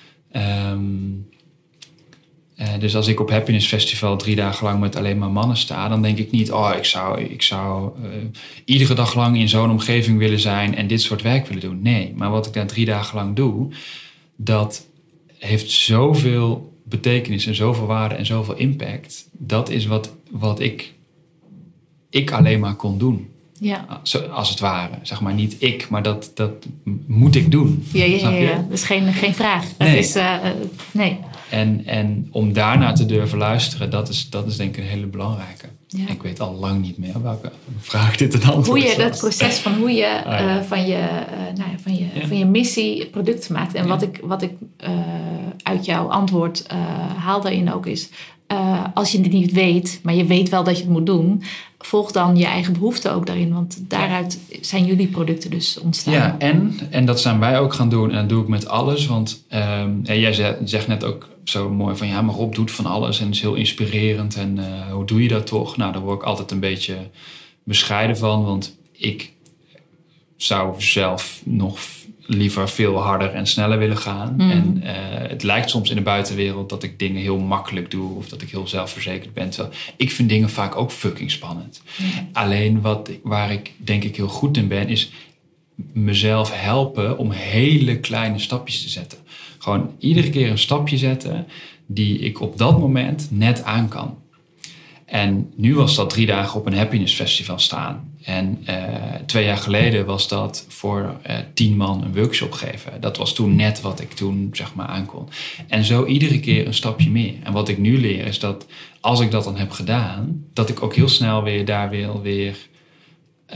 Um, uh, dus als ik op Happiness Festival drie dagen lang met alleen maar mannen sta, dan denk ik niet, oh, ik zou, ik zou uh, iedere dag lang in zo'n omgeving willen zijn en dit soort werk willen doen. Nee, maar wat ik daar drie dagen lang doe, dat heeft zoveel betekenis en zoveel waarde en zoveel impact. Dat is wat, wat ik, ik alleen maar kon doen. Ja. Als het ware. Zeg maar niet ik, maar dat, dat moet ik doen. Ja, ja, ja, ja. Dat is geen, geen vraag. Dat nee. Is, uh, nee. En, en om daarnaar te durven luisteren, dat is, dat is denk ik een hele belangrijke. Ja. Ik weet al lang niet meer welke vraag dit een antwoord Hoe je is. dat proces van hoe je, Ah, ja. uh, van, je, uh, nou ja, van, je, ja. van je missie het product maakt. En Ja. wat ik, wat ik uh, uit jouw antwoord uh, haal daarin ook is... Uh, als je het niet weet, maar je weet wel dat je het moet doen... volg dan je eigen behoeften ook daarin. Want daaruit zijn jullie producten dus ontstaan. Ja, en, en dat zijn wij ook gaan doen. En dat doe ik met alles. Want um, en jij zegt, zegt net ook zo mooi van... ja, maar Rob doet van alles en is heel inspirerend. En uh, hoe doe je dat toch? Nou, daar word ik altijd een beetje bescheiden van. Want ik zou zelf nog liever veel harder en sneller willen gaan. Mm. En uh, het lijkt soms in de buitenwereld dat ik dingen heel makkelijk doe... of dat ik heel zelfverzekerd ben. Terwijl ik vind dingen vaak ook fucking spannend. Mm. Alleen wat, waar ik denk ik heel goed in ben... is mezelf helpen om hele kleine stapjes te zetten. Gewoon iedere keer een stapje zetten... die ik op dat moment net aan kan. En nu was dat drie dagen op een happiness festival staan. En uh, twee jaar geleden was dat voor uh, tien man een workshop geven. Dat was toen net wat ik toen zeg maar aan kon. En zo iedere keer een stapje meer. En wat ik nu leer is dat als ik dat dan heb gedaan... dat ik ook heel snel weer daar weer, weer uh,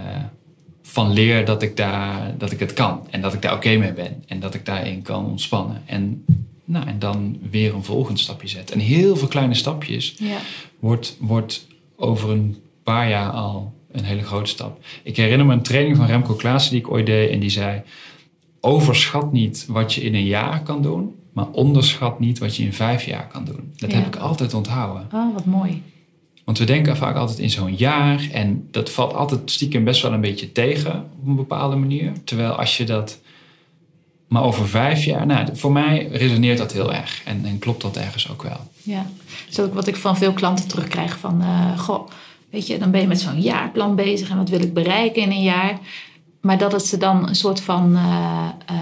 van leer dat ik, daar, dat ik het kan. En dat ik daar oké mee ben. En dat ik daarin kan ontspannen. En, nou, en dan weer een volgend stapje zetten. En heel veel kleine stapjes ja. wordt, wordt over een paar jaar al... een hele grote stap. Ik herinner me een training van Remco Klaassen die ik ooit deed. En die zei, overschat niet wat je in een jaar kan doen. Maar onderschat niet wat je in vijf jaar kan doen. Dat ja. heb ik altijd onthouden. Oh, wat mooi. Want we denken vaak altijd in zo'n jaar. En dat valt altijd stiekem best wel een beetje tegen. Op een bepaalde manier. Terwijl als je dat... Maar over vijf jaar... Nou, voor mij resoneert dat heel erg. En, en klopt dat ergens ook wel. Ja, dat is ook wat ik van veel klanten terugkrijg. Van, uh, goh... Weet je, dan ben je met zo'n jaarplan bezig en wat wil ik bereiken in een jaar. Maar dat het ze dan een soort van uh, uh,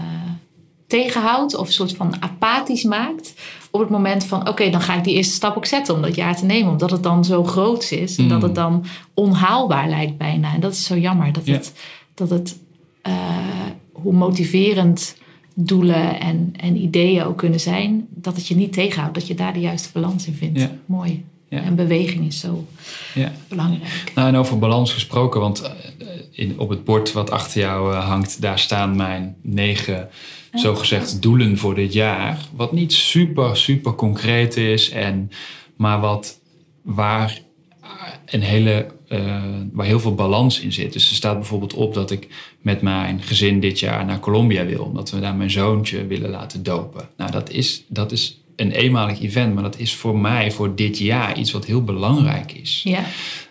tegenhoudt of een soort van apathisch maakt. Op het moment van, oké, okay, dan ga ik die eerste stap ook zetten om dat jaar te nemen. Omdat het dan zo groot is en mm. dat het dan onhaalbaar lijkt bijna. En dat is zo jammer. Dat ja. het, dat het uh, hoe motiverend doelen en, en ideeën ook kunnen zijn. Dat het je niet tegenhoudt, dat je daar de juiste balans in vindt. Ja. Mooi. Ja. En beweging is zo ja. belangrijk. Nou, en over balans gesproken, want uh, in, op het bord wat achter jou uh, hangt, daar staan mijn negen oh. zogezegd doelen voor dit jaar. Wat niet super, super concreet is, en, maar wat waar een hele, uh, waar heel veel balans in zit. Dus er staat bijvoorbeeld op dat ik met mijn gezin dit jaar naar Colombia wil, omdat we daar mijn zoontje willen laten dopen. Nou, dat is, dat is een eenmalig event, maar dat is voor mij, voor dit jaar, iets wat heel belangrijk is. Ja.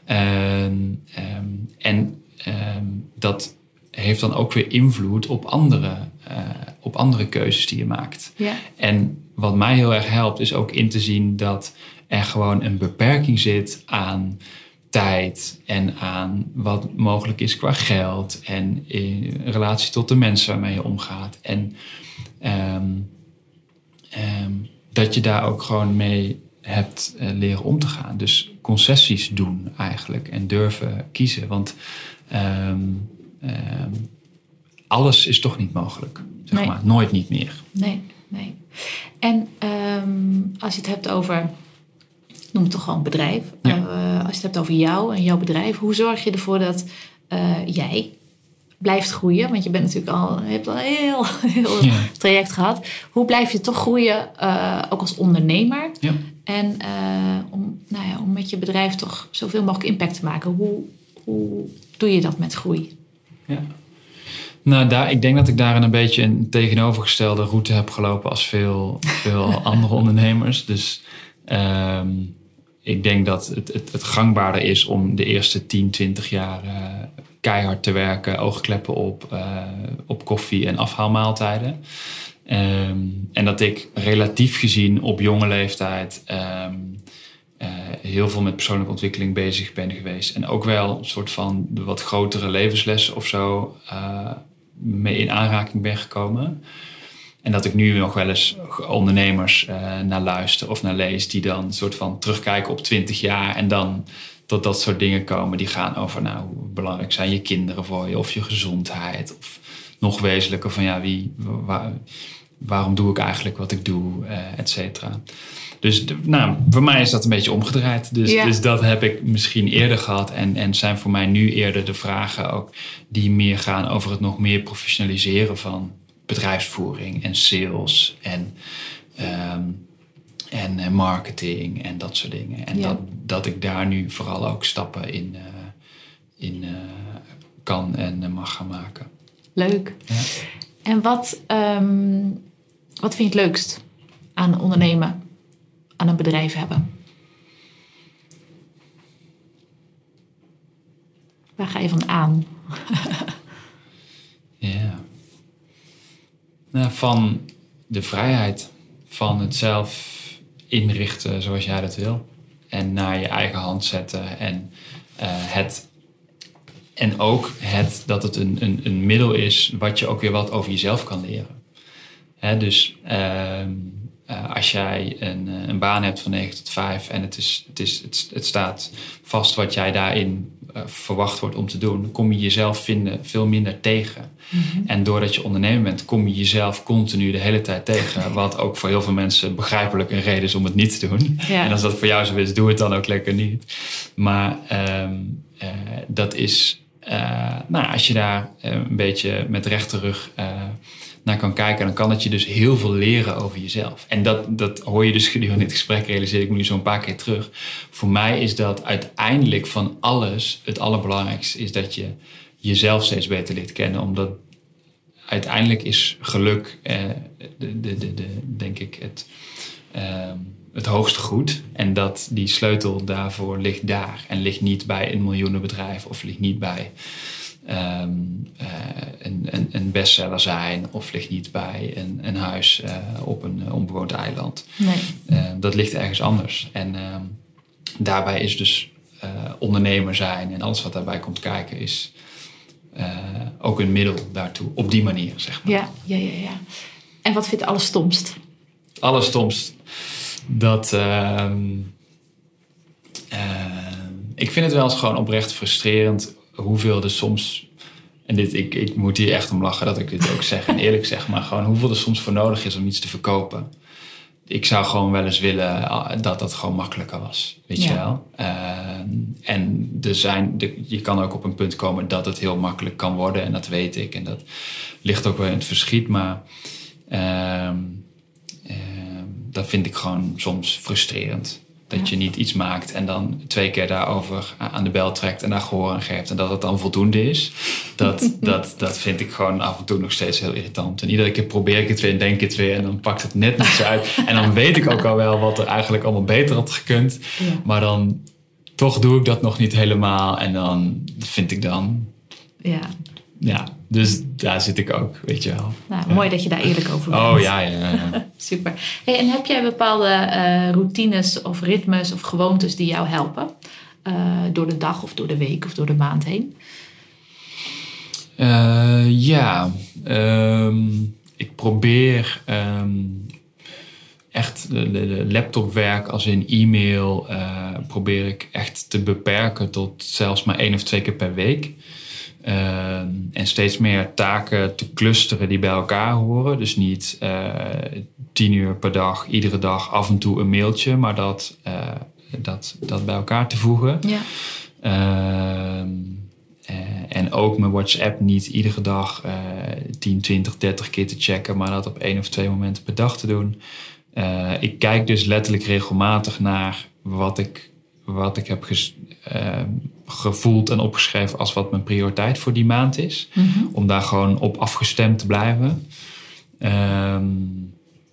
Um, um, en um, dat heeft dan ook weer invloed op andere, uh, op andere keuzes die je maakt. Ja. En wat mij heel erg helpt, is ook in te zien dat er gewoon een beperking zit aan tijd en aan wat mogelijk is qua geld en in relatie tot de mensen waarmee je omgaat. En um, um, dat je daar ook gewoon mee hebt uh, leren om te gaan. Dus concessies doen eigenlijk en durven kiezen. Want um, um, alles is toch niet mogelijk. Zeg nee. maar. Nooit niet meer. Nee, nee. En um, als je het hebt over, noem het toch gewoon bedrijf. Ja. Uh, als je het hebt over jou en jouw bedrijf. Hoe zorg je ervoor dat uh, jij blijft groeien? Want je bent natuurlijk al, je hebt al een heel, heel ja. traject gehad. Hoe blijf je toch groeien, uh, ook als ondernemer? Ja. En uh, om, nou ja, om met je bedrijf toch zoveel mogelijk impact te maken. Hoe, hoe doe je dat met groei? Ja. Nou, daar, ik denk dat ik daar een beetje een tegenovergestelde route heb gelopen als veel, veel andere ondernemers. Dus um, ik denk dat het, het, het gangbaarder is om de eerste tien, twintig jaar uh, keihard te werken, oogkleppen op, uh, op koffie en afhaalmaaltijden. Um, en dat ik relatief gezien op jonge leeftijd um, uh, heel veel met persoonlijke ontwikkeling bezig ben geweest. En ook wel een soort van de wat grotere levenslessen of zo uh, mee in aanraking ben gekomen. En dat ik nu nog wel eens ondernemers uh, naar luister of naar lees die dan een soort van terugkijken op twintig jaar en dan tot dat soort dingen komen die gaan over, nou, hoe belangrijk zijn je kinderen voor je of je gezondheid of nog wezenlijker van ja, wie, waar, waarom doe ik eigenlijk wat ik doe, uh, et cetera. Dus de, nou, voor mij is dat een beetje omgedraaid. Dus, ja. dus dat heb ik misschien eerder gehad. En, en zijn voor mij nu eerder de vragen ook die meer gaan over het nog meer professionaliseren van bedrijfsvoering en sales en, um, en marketing en dat soort dingen. En ja. dat, dat ik daar nu vooral ook stappen in, uh, in uh, kan en uh, mag gaan maken. Leuk. Ja. En wat, um, wat vind je het leukst aan ondernemen? Aan een bedrijf hebben? Waar ga je van aan? Ja. Nou, van de vrijheid. Van het zelf inrichten zoals jij dat wil. En naar je eigen hand zetten. En, uh, het, en ook het, dat het een, een, een middel is wat je ook weer wat over jezelf kan leren. Hè, dus... Uh, Uh, als jij een, een baan hebt van negen tot vijf en het, is, het, is, het, het staat vast wat jij daarin uh, verwacht wordt om te doen, dan kom je jezelf vinden veel minder tegen. Mm-hmm. En doordat je ondernemer bent, kom je jezelf continu de hele tijd tegen. Wat ook voor heel veel mensen begrijpelijk een reden is om het niet te doen. Ja. En als dat voor jou zo is, doe het dan ook lekker niet. Maar um, uh, dat is, uh, nou, als je daar uh, een beetje met rechte rug Uh, naar kan kijken, dan kan het je dus heel veel leren over jezelf. En dat, dat hoor je dus gedurende dit gesprek, realiseer ik me nu zo een paar keer terug. Voor mij is dat uiteindelijk van alles het allerbelangrijkste, is dat je jezelf steeds beter leert kennen. Omdat uiteindelijk is geluk, eh, de, de, de, de, denk ik, het, eh, het hoogste goed. En dat die sleutel daarvoor ligt daar. En ligt niet bij een miljoenenbedrijf of ligt niet bij Um, uh, een, een, een bestseller zijn of ligt niet bij een, een huis uh, op een uh, onbewoond eiland. Nee. Uh, dat ligt ergens anders. En uh, daarbij is dus uh, ondernemer zijn en alles wat daarbij komt kijken is uh, ook een middel daartoe. Op die manier, zeg maar. Ja, ja, ja, ja. En wat vindt je allerstomst? Allerstomst dat Uh, uh, ik vind het wel eens gewoon oprecht frustrerend hoeveel er soms, en dit, ik, ik moet hier echt om lachen dat ik dit ook zeg en eerlijk zeg, maar gewoon hoeveel er soms voor nodig is om iets te verkopen. Ik zou gewoon wel eens willen dat dat gewoon makkelijker was, weet ja. je wel. Uh, en er zijn, de, je kan ook op een punt komen dat het heel makkelijk kan worden en dat weet ik. En dat ligt ook wel in het verschiet, maar uh, uh, dat vind ik gewoon soms frustrerend. Dat je niet iets maakt en dan twee keer daarover aan de bel trekt en daar gehoor aan geeft. En dat het dan voldoende is. Dat, dat, dat vind ik gewoon af en toe nog steeds heel irritant. En iedere keer probeer ik het weer en denk het weer. En dan pakt het net niet zo uit. En dan weet ik ook al wel wat er eigenlijk allemaal beter had gekund. Ja. Maar dan toch doe ik dat nog niet helemaal. En dan vind ik dan... Ja. Ja, dus daar zit ik ook, weet je wel. Nou, mooi ja. dat je daar eerlijk over bent. Oh ja, ja, ja. Super. Hey, en heb jij bepaalde uh, routines of ritmes of gewoontes die jou helpen? Uh, door de dag of door de week of door de maand heen? Uh, ja, um, ik probeer um, echt de, de, de laptopwerk als in e-mail uh, probeer ik echt te beperken tot zelfs maar één of twee keer per week. Uh, en steeds meer taken te clusteren die bij elkaar horen. Dus niet uh, tien uur per dag, iedere dag af en toe een mailtje, maar dat, uh, dat, dat bij elkaar te voegen. Ja. Uh, uh, en ook mijn WhatsApp niet iedere dag uh, tien, twintig, dertig keer te checken, maar dat op één of twee momenten per dag te doen. Uh, ik kijk dus letterlijk regelmatig naar wat ik, wat ik heb ges, uh, gevoeld en opgeschreven als wat mijn prioriteit voor die maand is. Mm-hmm. Om daar gewoon op afgestemd te blijven. Um,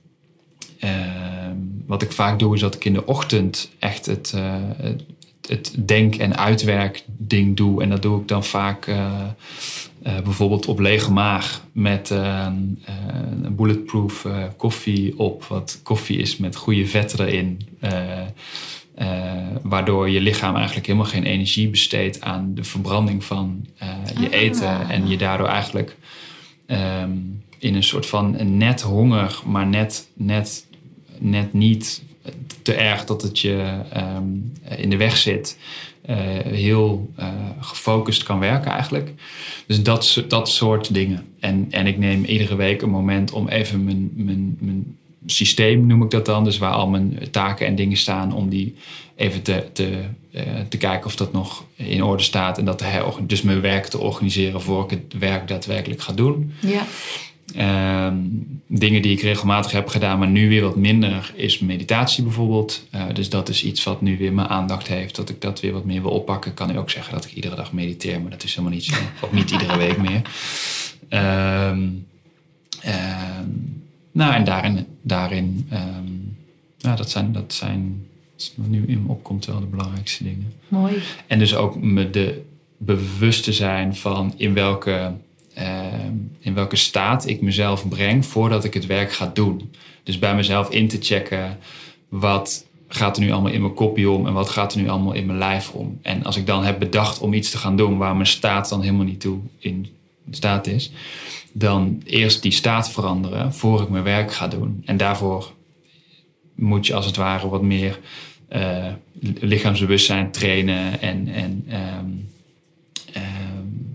um, wat ik vaak doe is dat ik in de ochtend echt het, uh, het, het denk- en uitwerkding doe. En dat doe ik dan vaak uh, uh, bijvoorbeeld op lege maag met uh, uh, een bulletproof uh, koffie op. Wat koffie is met goede vetten erin. Uh, Uh, waardoor je lichaam eigenlijk helemaal geen energie besteedt aan de verbranding van uh, je ah. eten. En je daardoor eigenlijk um, in een soort van net honger, maar net, net, net niet te erg dat het je um, in de weg zit. uh, heel uh, gefocust kan werken eigenlijk. Dus dat, dat soort dingen. En, en ik neem iedere week een moment om even mijn, mijn, mijn systeem, noem ik dat dan. Dus waar al mijn taken en dingen staan, om die even te, te, uh, te kijken of dat nog in orde staat. En dat te her- dus mijn werk te organiseren voor ik het werk daadwerkelijk ga doen. Ja. Um, dingen die ik regelmatig heb gedaan, maar nu weer wat minder, is meditatie bijvoorbeeld. Uh, dus dat is iets wat nu weer mijn aandacht heeft. Dat ik dat weer wat meer wil oppakken. Ik kan nu ook zeggen dat ik iedere dag mediteer, maar dat is helemaal niet zo. Ook niet iedere week meer. Um, um, nou, en daarin, daarin um, ja, dat zijn, dat zijn, wat nu in me opkomt, wel de belangrijkste dingen. Mooi. En dus ook me de bewust te zijn van in welke... Uh, in welke staat ik mezelf breng voordat ik het werk ga doen. Dus bij mezelf in te checken, wat gaat er nu allemaal in mijn kopje om en wat gaat er nu allemaal in mijn lijf om. En als ik dan heb bedacht om iets te gaan doen waar mijn staat dan helemaal niet toe in staat is, dan eerst die staat veranderen voor ik mijn werk ga doen. En daarvoor moet je als het ware wat meer uh, lichaamsbewustzijn trainen en... en um, um,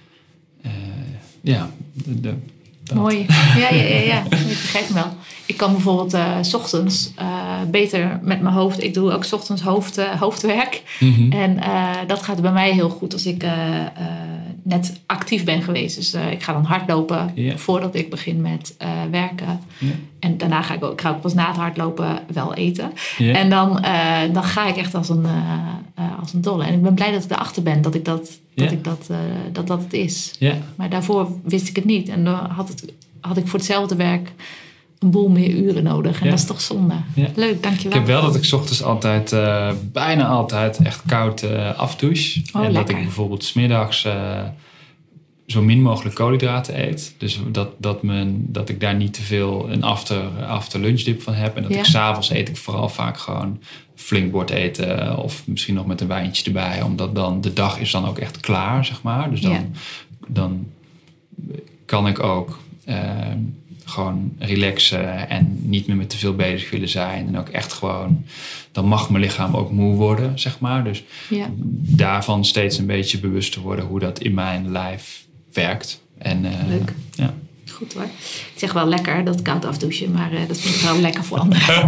Ja, de, de, mooi. Ja, ja, ja, ja. Ik begrijp me wel. Ik kan bijvoorbeeld uh, 's ochtends uh, beter met mijn hoofd. Ik doe ook 's ochtends hoofd, uh, hoofdwerk. Mm-hmm. En uh, dat gaat bij mij heel goed als ik uh, uh, net actief ben geweest. Dus uh, ik ga dan hardlopen yeah. voordat ik begin met uh, werken. Yeah. En daarna ga ik ook, ik ga ook pas na het hardlopen wel eten. Yeah. En dan, uh, dan ga ik echt als een, uh, uh, als een dolle. En ik ben blij dat ik erachter ben dat ik dat... Dat, yeah. ik dat, uh, dat dat het is. Yeah. Maar daarvoor wist ik het niet. En dan had, het, had ik voor hetzelfde werk een boel meer uren nodig. En yeah. dat is toch zonde. Yeah. Leuk, dankjewel. Ik heb wel dat ik 's ochtends altijd, uh, bijna altijd, echt koud uh, afdouche. Oh, en lekker. dat ik bijvoorbeeld 's middags uh, zo min mogelijk koolhydraten eet. Dus dat, dat, men, dat ik daar niet te veel een after, after lunch dip van heb. En dat yeah. ik 's avonds eet ik vooral vaak gewoon flink bord eten. Of misschien nog met een wijntje erbij. Omdat dan de dag is dan ook echt klaar, zeg maar. Dus dan, yeah. dan kan ik ook uh, gewoon relaxen. En niet meer met te veel bezig willen zijn. En ook echt gewoon, dan mag mijn lichaam ook moe worden, zeg maar. Dus yeah. daarvan steeds een beetje bewust te worden hoe dat in mijn lijf werkt. En, uh, Leuk. Ja. Goed hoor. Ik zeg wel lekker, dat koud afdouchen, maar uh, dat vind ik wel lekker voor anderen.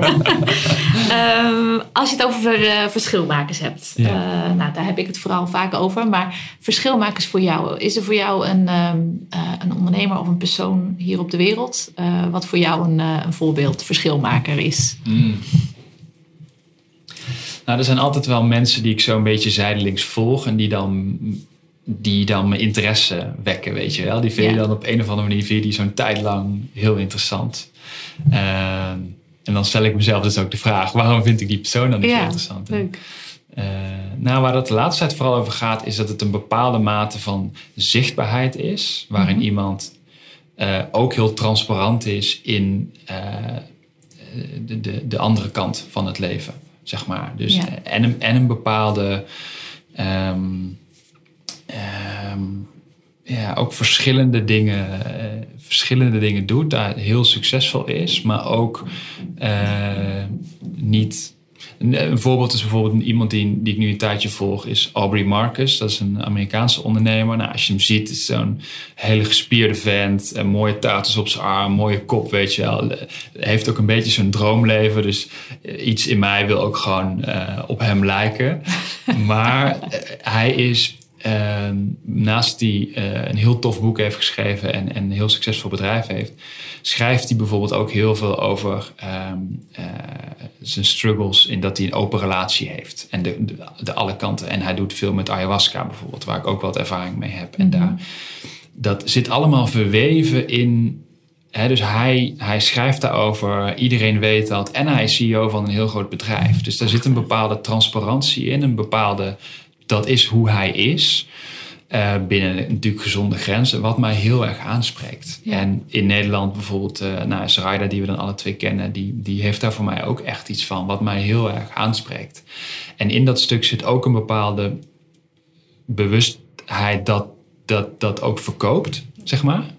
um, als je het over uh, verschilmakers hebt, ja. uh, nou, daar heb ik het vooral vaak over. Maar verschilmakers voor jou, is er voor jou een, um, uh, een ondernemer of een persoon hier op de wereld, uh, wat voor jou een, uh, een voorbeeld verschilmaker is? Mm. Nou, er zijn altijd wel mensen die ik zo een beetje zijdelings volg en die dan... die dan mijn interesse wekken, weet je wel. Die vind je ja. dan op een of andere manier vind je die zo'n tijd lang heel interessant. Uh, en dan stel ik mezelf dus ook de vraag, waarom vind ik die persoon dan niet ja, zo interessant? Leuk. Uh, nou, waar dat de laatste tijd vooral over gaat, is dat het een bepaalde mate van zichtbaarheid is, waarin mm-hmm. iemand uh, ook heel transparant is in uh, de, de, de andere kant van het leven, zeg maar. Dus, ja. en, een, en een bepaalde... Um, Um, ja, ook verschillende dingen, uh, verschillende dingen doet, daar heel succesvol is, maar ook uh, niet. Een, een voorbeeld is bijvoorbeeld iemand die, die ik nu een tijdje volg, is Aubrey Marcus. Dat is een Amerikaanse ondernemer. Nou, als je hem ziet, is zo'n hele gespierde vent, een mooie tattoos op zijn arm, mooie kop, weet je wel. Heeft ook een beetje zo'n droomleven, dus iets in mij wil ook gewoon uh, op hem lijken. Maar uh, hij is Uh, naast hij uh, een heel tof boek heeft geschreven en, en een heel succesvol bedrijf heeft, schrijft hij bijvoorbeeld ook heel veel over um, uh, zijn struggles in dat hij een open relatie heeft. En de, de, de alle kanten. En hij doet veel met ayahuasca bijvoorbeeld, waar ik ook wat ervaring mee heb. Mm-hmm. En daar, dat zit allemaal verweven in... He, dus hij, hij schrijft daarover, iedereen weet dat. En hij is C E O van een heel groot bedrijf. Dus daar zit een bepaalde transparantie in, een bepaalde... Dat is hoe hij is, uh, binnen natuurlijk gezonde grenzen, wat mij heel erg aanspreekt. Ja. En in Nederland bijvoorbeeld, uh, nou, Sarayda, die we dan alle twee kennen, die, die heeft daar voor mij ook echt iets van, wat mij heel erg aanspreekt. En in dat stuk zit ook een bepaalde bewustheid dat dat, dat ook verkoopt, zeg maar.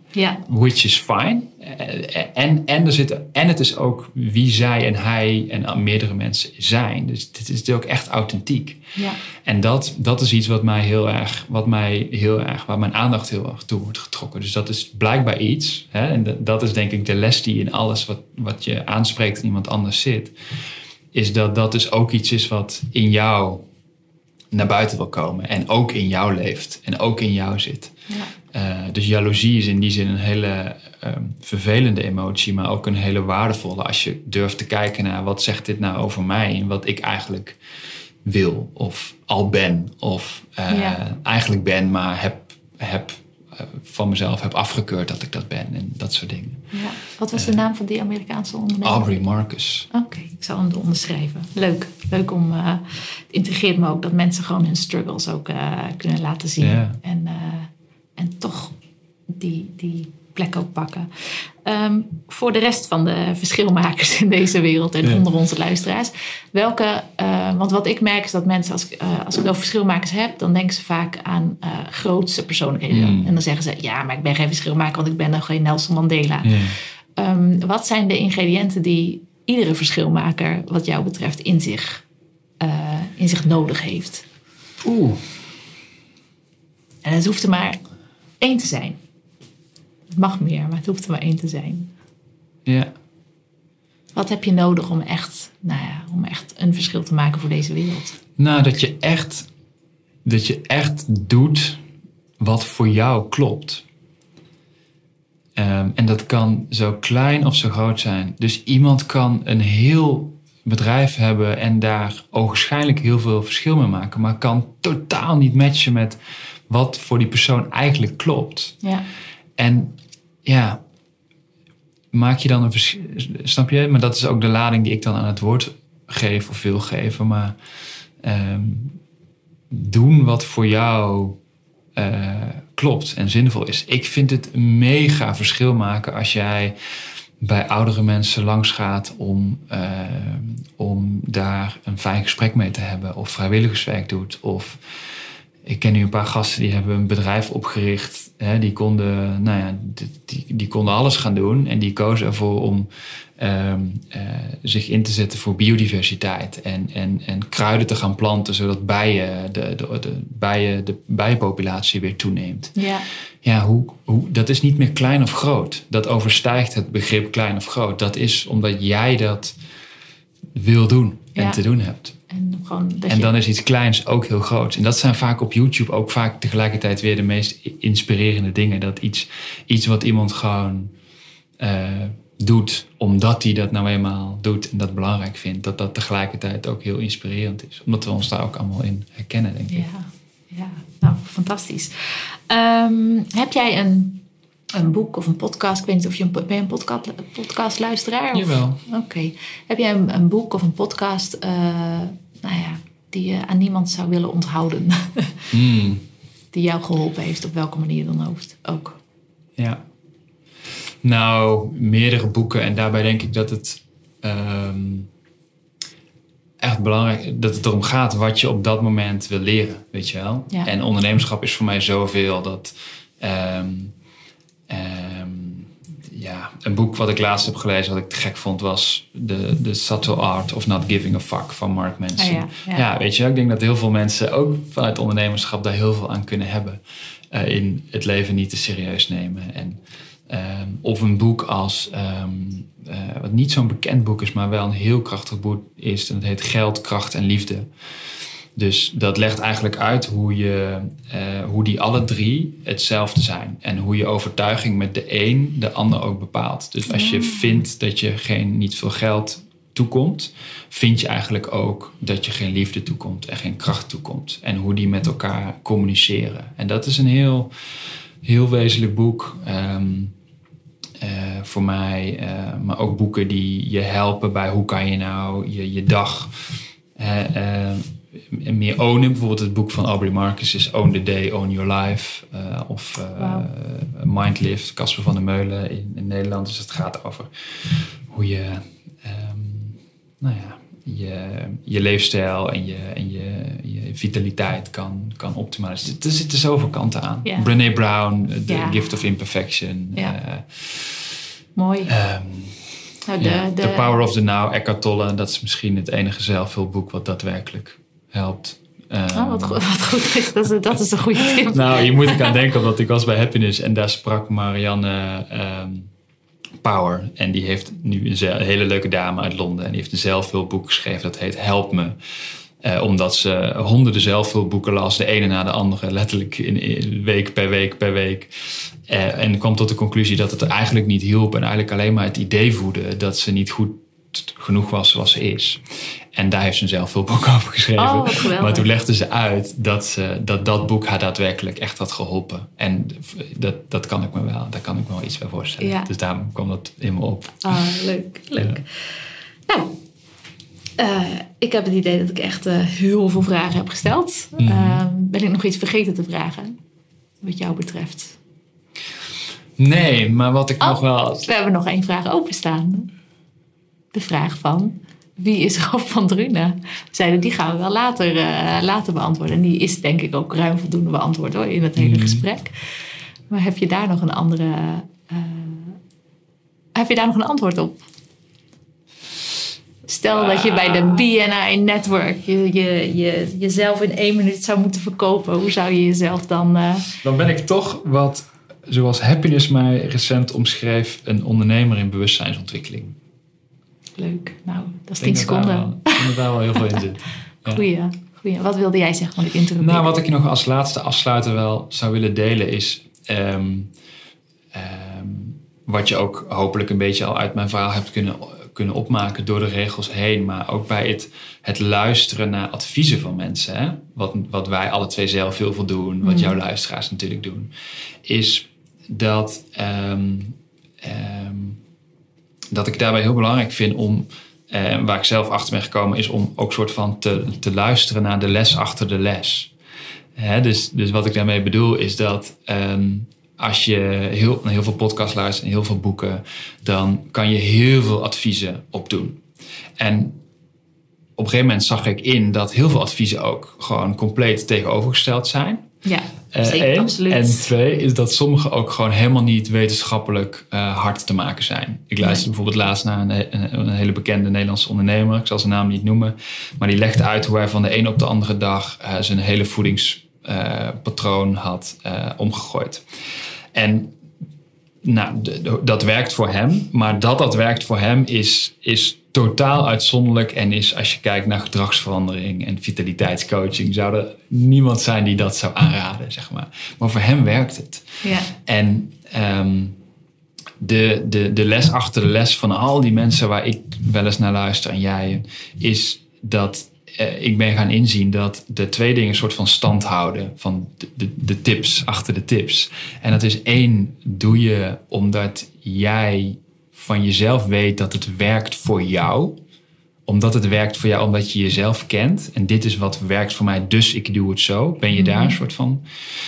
Ja. Which is fine. En, en, er zit, en het is ook wie zij en hij en meerdere mensen zijn. Dus het is ook echt authentiek. Ja. En dat, dat is iets wat mij heel erg, wat mij heel erg, waar mijn aandacht heel erg toe wordt getrokken. Dus dat is blijkbaar iets. Hè? En dat is denk ik de les die in alles wat, wat je aanspreekt in iemand anders zit. Is dat dat dus ook iets is wat in jou naar buiten wil komen. En ook in jou leeft. En ook in jou zit. Ja. Uh, dus jaloezie is in die zin een hele um, vervelende emotie. Maar ook een hele waardevolle. Als je durft te kijken naar wat zegt dit nou over mij. En wat ik eigenlijk wil. Of al ben. Of uh, ja. eigenlijk ben. Maar heb, heb uh, van mezelf heb afgekeurd dat ik dat ben. En dat soort dingen. Ja. Wat was de uh, naam van die Amerikaanse ondernemer? Aubrey Marcus. Oké, okay, ik zal hem onderschrijven. Leuk. Leuk om... Uh, het integreert me ook dat mensen gewoon hun struggles ook uh, kunnen laten zien. Ja. En... Uh, En toch die, die plek ook pakken. Um, voor de rest van de verschilmakers in deze wereld en ja. onder onze luisteraars. Welke, uh, want wat ik merk is dat mensen, als, uh, als ik het over verschilmakers heb, dan denken ze vaak aan uh, grootste persoonlijkheden. Mm. En dan zeggen ze, ja, maar ik ben geen verschilmaker, want ik ben nog geen Nelson Mandela. Ja. Um, wat zijn de ingrediënten die iedere verschilmaker, wat jou betreft, in zich, uh, in zich nodig heeft? Oeh. En het hoeft er maar één te zijn. Het mag meer, maar het hoeft er maar één te zijn. Ja. Wat heb je nodig om echt, nou ja, om echt een verschil te maken voor deze wereld? Nou, dat je echt, dat je echt doet wat voor jou klopt. Um, en dat kan zo klein of zo groot zijn. Dus iemand kan een heel bedrijf hebben en daar ogenschijnlijk heel veel verschil mee maken, maar kan totaal niet matchen met wat voor die persoon eigenlijk klopt. Ja. En ja, maak je dan een verschil, snap je? Maar dat is ook de lading die ik dan aan het woord geef of wil geven. Maar um, doen wat voor jou uh, klopt en zinvol is. Ik vind het een mega verschil maken als jij bij oudere mensen langs gaat om, uh, om daar een fijn gesprek mee te hebben. Of vrijwilligerswerk doet. Of ik ken nu een paar gasten die hebben een bedrijf opgericht. Hè, die, konden, nou ja, die, die konden alles gaan doen. En die kozen ervoor om um, uh, zich in te zetten voor biodiversiteit. En, en, en kruiden te gaan planten. Zodat bijen, de, de, de, bijen, de bijenpopulatie weer toeneemt. Ja. Ja, hoe, hoe, dat is niet meer klein of groot. Dat overstijgt het begrip klein of groot. Dat is omdat jij dat wil doen en ja. te doen hebt. En, gewoon dat en dan je... is iets kleins ook heel groot. En dat zijn vaak op YouTube ook vaak tegelijkertijd weer de meest inspirerende dingen. Dat iets, iets wat iemand gewoon uh, doet, omdat hij dat nou eenmaal doet en dat belangrijk vindt, dat dat tegelijkertijd ook heel inspirerend is. Omdat we ons daar ook allemaal in herkennen, denk ik. Ja, ja. Nou, fantastisch. Um, heb jij een, een boek of een podcast? Ik weet niet of je een, ben je een podcast, podcastluisteraar? Of? Jawel. Oké. Okay. Heb jij een, een boek of een podcast uh, nou ja, die je aan niemand zou willen onthouden? mm. Die jou geholpen heeft, op welke manier dan ook? Ja. Nou, meerdere boeken. En daarbij denk ik dat het um, echt belangrijk dat het erom gaat wat je op dat moment wil leren, weet je wel. Ja. En ondernemerschap is voor mij zoveel dat um, um, ja, een boek wat ik laatst heb gelezen wat ik te gek vond was The, The Subtle Art of Not Giving a Fuck van Mark Manson. Ah, ja, ja. ja, weet je, ik denk dat heel veel mensen ook vanuit ondernemerschap daar heel veel aan kunnen hebben. Uh, in het leven niet te serieus nemen. En Um, of een boek als, um, uh, wat niet zo'n bekend boek is, maar wel een heel krachtig boek is. En dat heet Geld, Kracht en Liefde. Dus dat legt eigenlijk uit hoe, je, uh, hoe die alle drie hetzelfde zijn. En hoe je overtuiging met de een de ander ook bepaalt. Dus als je vindt dat je geen, niet veel geld toekomt, vind je eigenlijk ook dat je geen liefde toekomt en geen kracht toekomt. En hoe die met elkaar communiceren. En dat is een heel, heel wezenlijk boek. Um, Uh, voor mij, uh, maar ook boeken die je helpen bij hoe kan je nou je, je dag uh, uh, meer ownen. Bijvoorbeeld het boek van Aubrey Marcus is Own the Day, Own Your Life. Uh, of uh, wow. Mindlift, Casper van der Meulen in, in Nederland. Dus het gaat over hoe je um, nou ja, je, je leefstijl en je, en je, je vitaliteit kan, kan optimaliseren. Er zitten zoveel kanten aan. Ja. Brené Brown, The Ja. Gift of Imperfection. Ja. Uh, Mooi. Um, nou, de, ja, de... The Power of the Now, Eckhart Tolle. Dat is misschien het enige zelfhulpboek wat daadwerkelijk helpt. Um, oh, wat, goed, wat goed is. Dat is, dat is een goede tip. Nou, je moet ik aan denken, omdat ik was bij Happiness en daar sprak Marianne um, Power. En die heeft nu een hele leuke dame uit Londen. En die heeft een zelfhulpboek geschreven, dat heet Help Me. Uh, omdat ze honderden zelfhulpboeken las, de ene na de andere, letterlijk in, in week per week per week. Uh, en kwam tot de conclusie dat het eigenlijk niet hielp en eigenlijk alleen maar het idee voedde dat ze niet goed genoeg was zoals ze is. En daar heeft ze een zelfhulpboek over geschreven. Oh, wat geweldig. Maar toen legde ze uit dat, ze, dat dat boek haar daadwerkelijk echt had geholpen. En dat, dat kan ik me wel, daar kan ik me wel iets bij voorstellen. Ja. Dus daarom kwam dat in me op. Ah, leuk, leuk. Ja. Nou, uh, ik heb het idee dat ik echt uh, heel veel vragen heb gesteld. Mm-hmm. Uh, ben ik nog iets vergeten te vragen? Wat jou betreft? Nee, maar wat ik oh, nog wel... We hebben nog één vraag openstaan. De vraag van... Wie is Rob van Drunen? Zeiden, die gaan we wel later, uh, later beantwoorden. En die is denk ik ook ruim voldoende beantwoord hoor, in het hele mm. gesprek. Maar heb je daar nog een andere... Uh, heb je daar nog een antwoord op? Stel dat je bij de B N I Network je, je, je, jezelf in één minuut zou moeten verkopen. Hoe zou je jezelf dan... Uh... Dan ben ik toch wat, zoals Happiness mij recent omschreef, een ondernemer in bewustzijnsontwikkeling. Leuk. Nou, dat is tien seconden. Ik denk dat daar wel heel veel in zit. Ja. Goeie, goeie. Wat wilde jij zeggen? Want ik interrupeer. Nou, wat ik nog als laatste afsluiter wel zou willen delen is... Um, um, wat je ook hopelijk een beetje al uit mijn verhaal hebt kunnen, kunnen opmaken door de regels heen. Maar ook bij het, het luisteren naar adviezen van mensen. Hè? Wat, wat wij alle twee zelf heel veel doen. Wat mm. jouw luisteraars natuurlijk doen. Is dat... Um, um, dat ik daarbij heel belangrijk vind om, eh, waar ik zelf achter ben gekomen, is om ook soort van te, te luisteren naar de les achter de les. Hè, dus, dus wat ik daarmee bedoel is dat um, als je heel, naar heel veel podcasts luistert en heel veel boeken, dan kan je heel veel adviezen opdoen. En op een gegeven moment zag ik in dat heel veel adviezen ook gewoon compleet tegenovergesteld zijn. Ja, zeker, uh, absoluut. En twee is dat sommige ook gewoon helemaal niet wetenschappelijk uh, hard te maken zijn. Ik luisterde nee. bijvoorbeeld laatst naar een, een, een hele bekende Nederlandse ondernemer. Ik zal zijn naam niet noemen. Maar die legde uit hoe hij van de een op de andere dag uh, zijn hele voedingspatroon uh, had uh, omgegooid. En nou, d- d- dat werkt voor hem. Maar dat dat werkt voor hem is... is totaal uitzonderlijk en is, als je kijkt naar gedragsverandering en vitaliteitscoaching, zou er niemand zijn die dat zou aanraden, zeg maar. Maar voor hem werkt het. Ja. En um, de, de, de les achter de les van al die mensen waar ik wel eens naar luister en jij, is dat uh, ik ben gaan inzien dat de twee dingen een soort van stand houden van de, de, de tips achter de tips. En dat is één, doe je omdat jij van jezelf weet dat het werkt voor jou. Omdat het werkt voor jou, omdat je jezelf kent. En dit is wat werkt voor mij, dus ik doe het zo. Ben je mm-hmm. daar een soort van...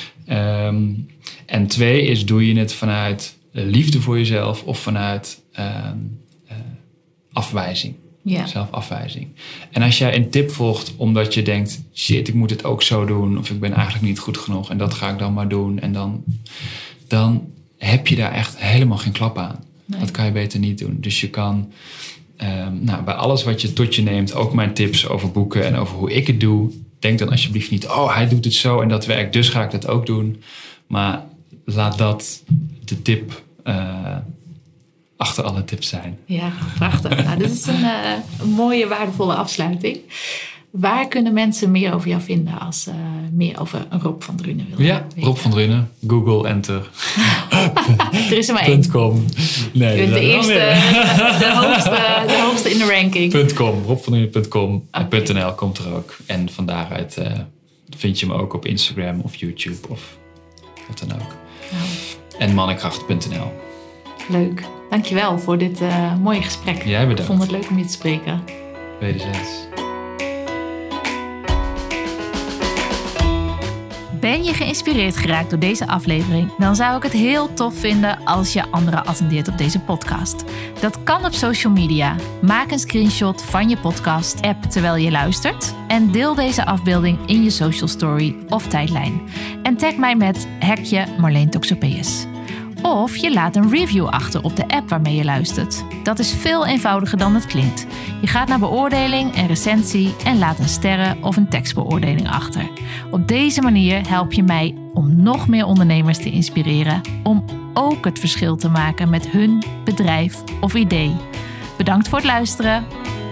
Um, en twee is, doe je het vanuit liefde voor jezelf of vanuit um, uh, afwijzing. Ja. Zelfafwijzing. En als jij een tip volgt omdat je denkt, shit, ik moet het ook zo doen. Of ik ben eigenlijk niet goed genoeg en dat ga ik dan maar doen. En dan, dan heb je daar echt helemaal geen klap aan. Nee. Dat kan je beter niet doen. Dus je kan um, nou, bij alles wat je tot je neemt, ook mijn tips over boeken en over hoe ik het doe, denk dan alsjeblieft niet, oh, hij doet het zo en dat werkt, dus ga ik dat ook doen. Maar laat dat de tip uh, achter alle tips zijn. Ja, prachtig. Nou, dit is een, uh, een mooie, waardevolle afsluiting. Waar kunnen mensen meer over jou vinden als uh, meer over Rob van Drunen willen Ja, weten? Rob van Drunen. Google, enter. Er is er maar één. .com. Nee, je bent de eerste, de hoogste, de hoogste in de ranking. .com, robvandrunen punt com. Okay. En .nl komt er ook. En van daaruit uh, vind je me ook op Instagram of YouTube of wat dan ook. Nou. En mannenkracht punt n l. Leuk. Dankjewel voor dit uh, mooie gesprek. Jij bedankt. Ik vond het leuk om je te spreken. Wederzijds. Ben je geïnspireerd geraakt door deze aflevering? Dan zou ik het heel tof vinden als je anderen attendeert op deze podcast. Dat kan op social media. Maak een screenshot van je podcast-app terwijl je luistert en deel deze afbeelding in je social story of tijdlijn. En tag mij met hekje Marleen Toxopeus. Of je laat een review achter op de app waarmee je luistert. Dat is veel eenvoudiger dan het klinkt. Je gaat naar beoordeling en recensie en laat een sterren- of een tekstbeoordeling achter. Op deze manier help je mij om nog meer ondernemers te inspireren om ook het verschil te maken met hun bedrijf of idee. Bedankt voor het luisteren.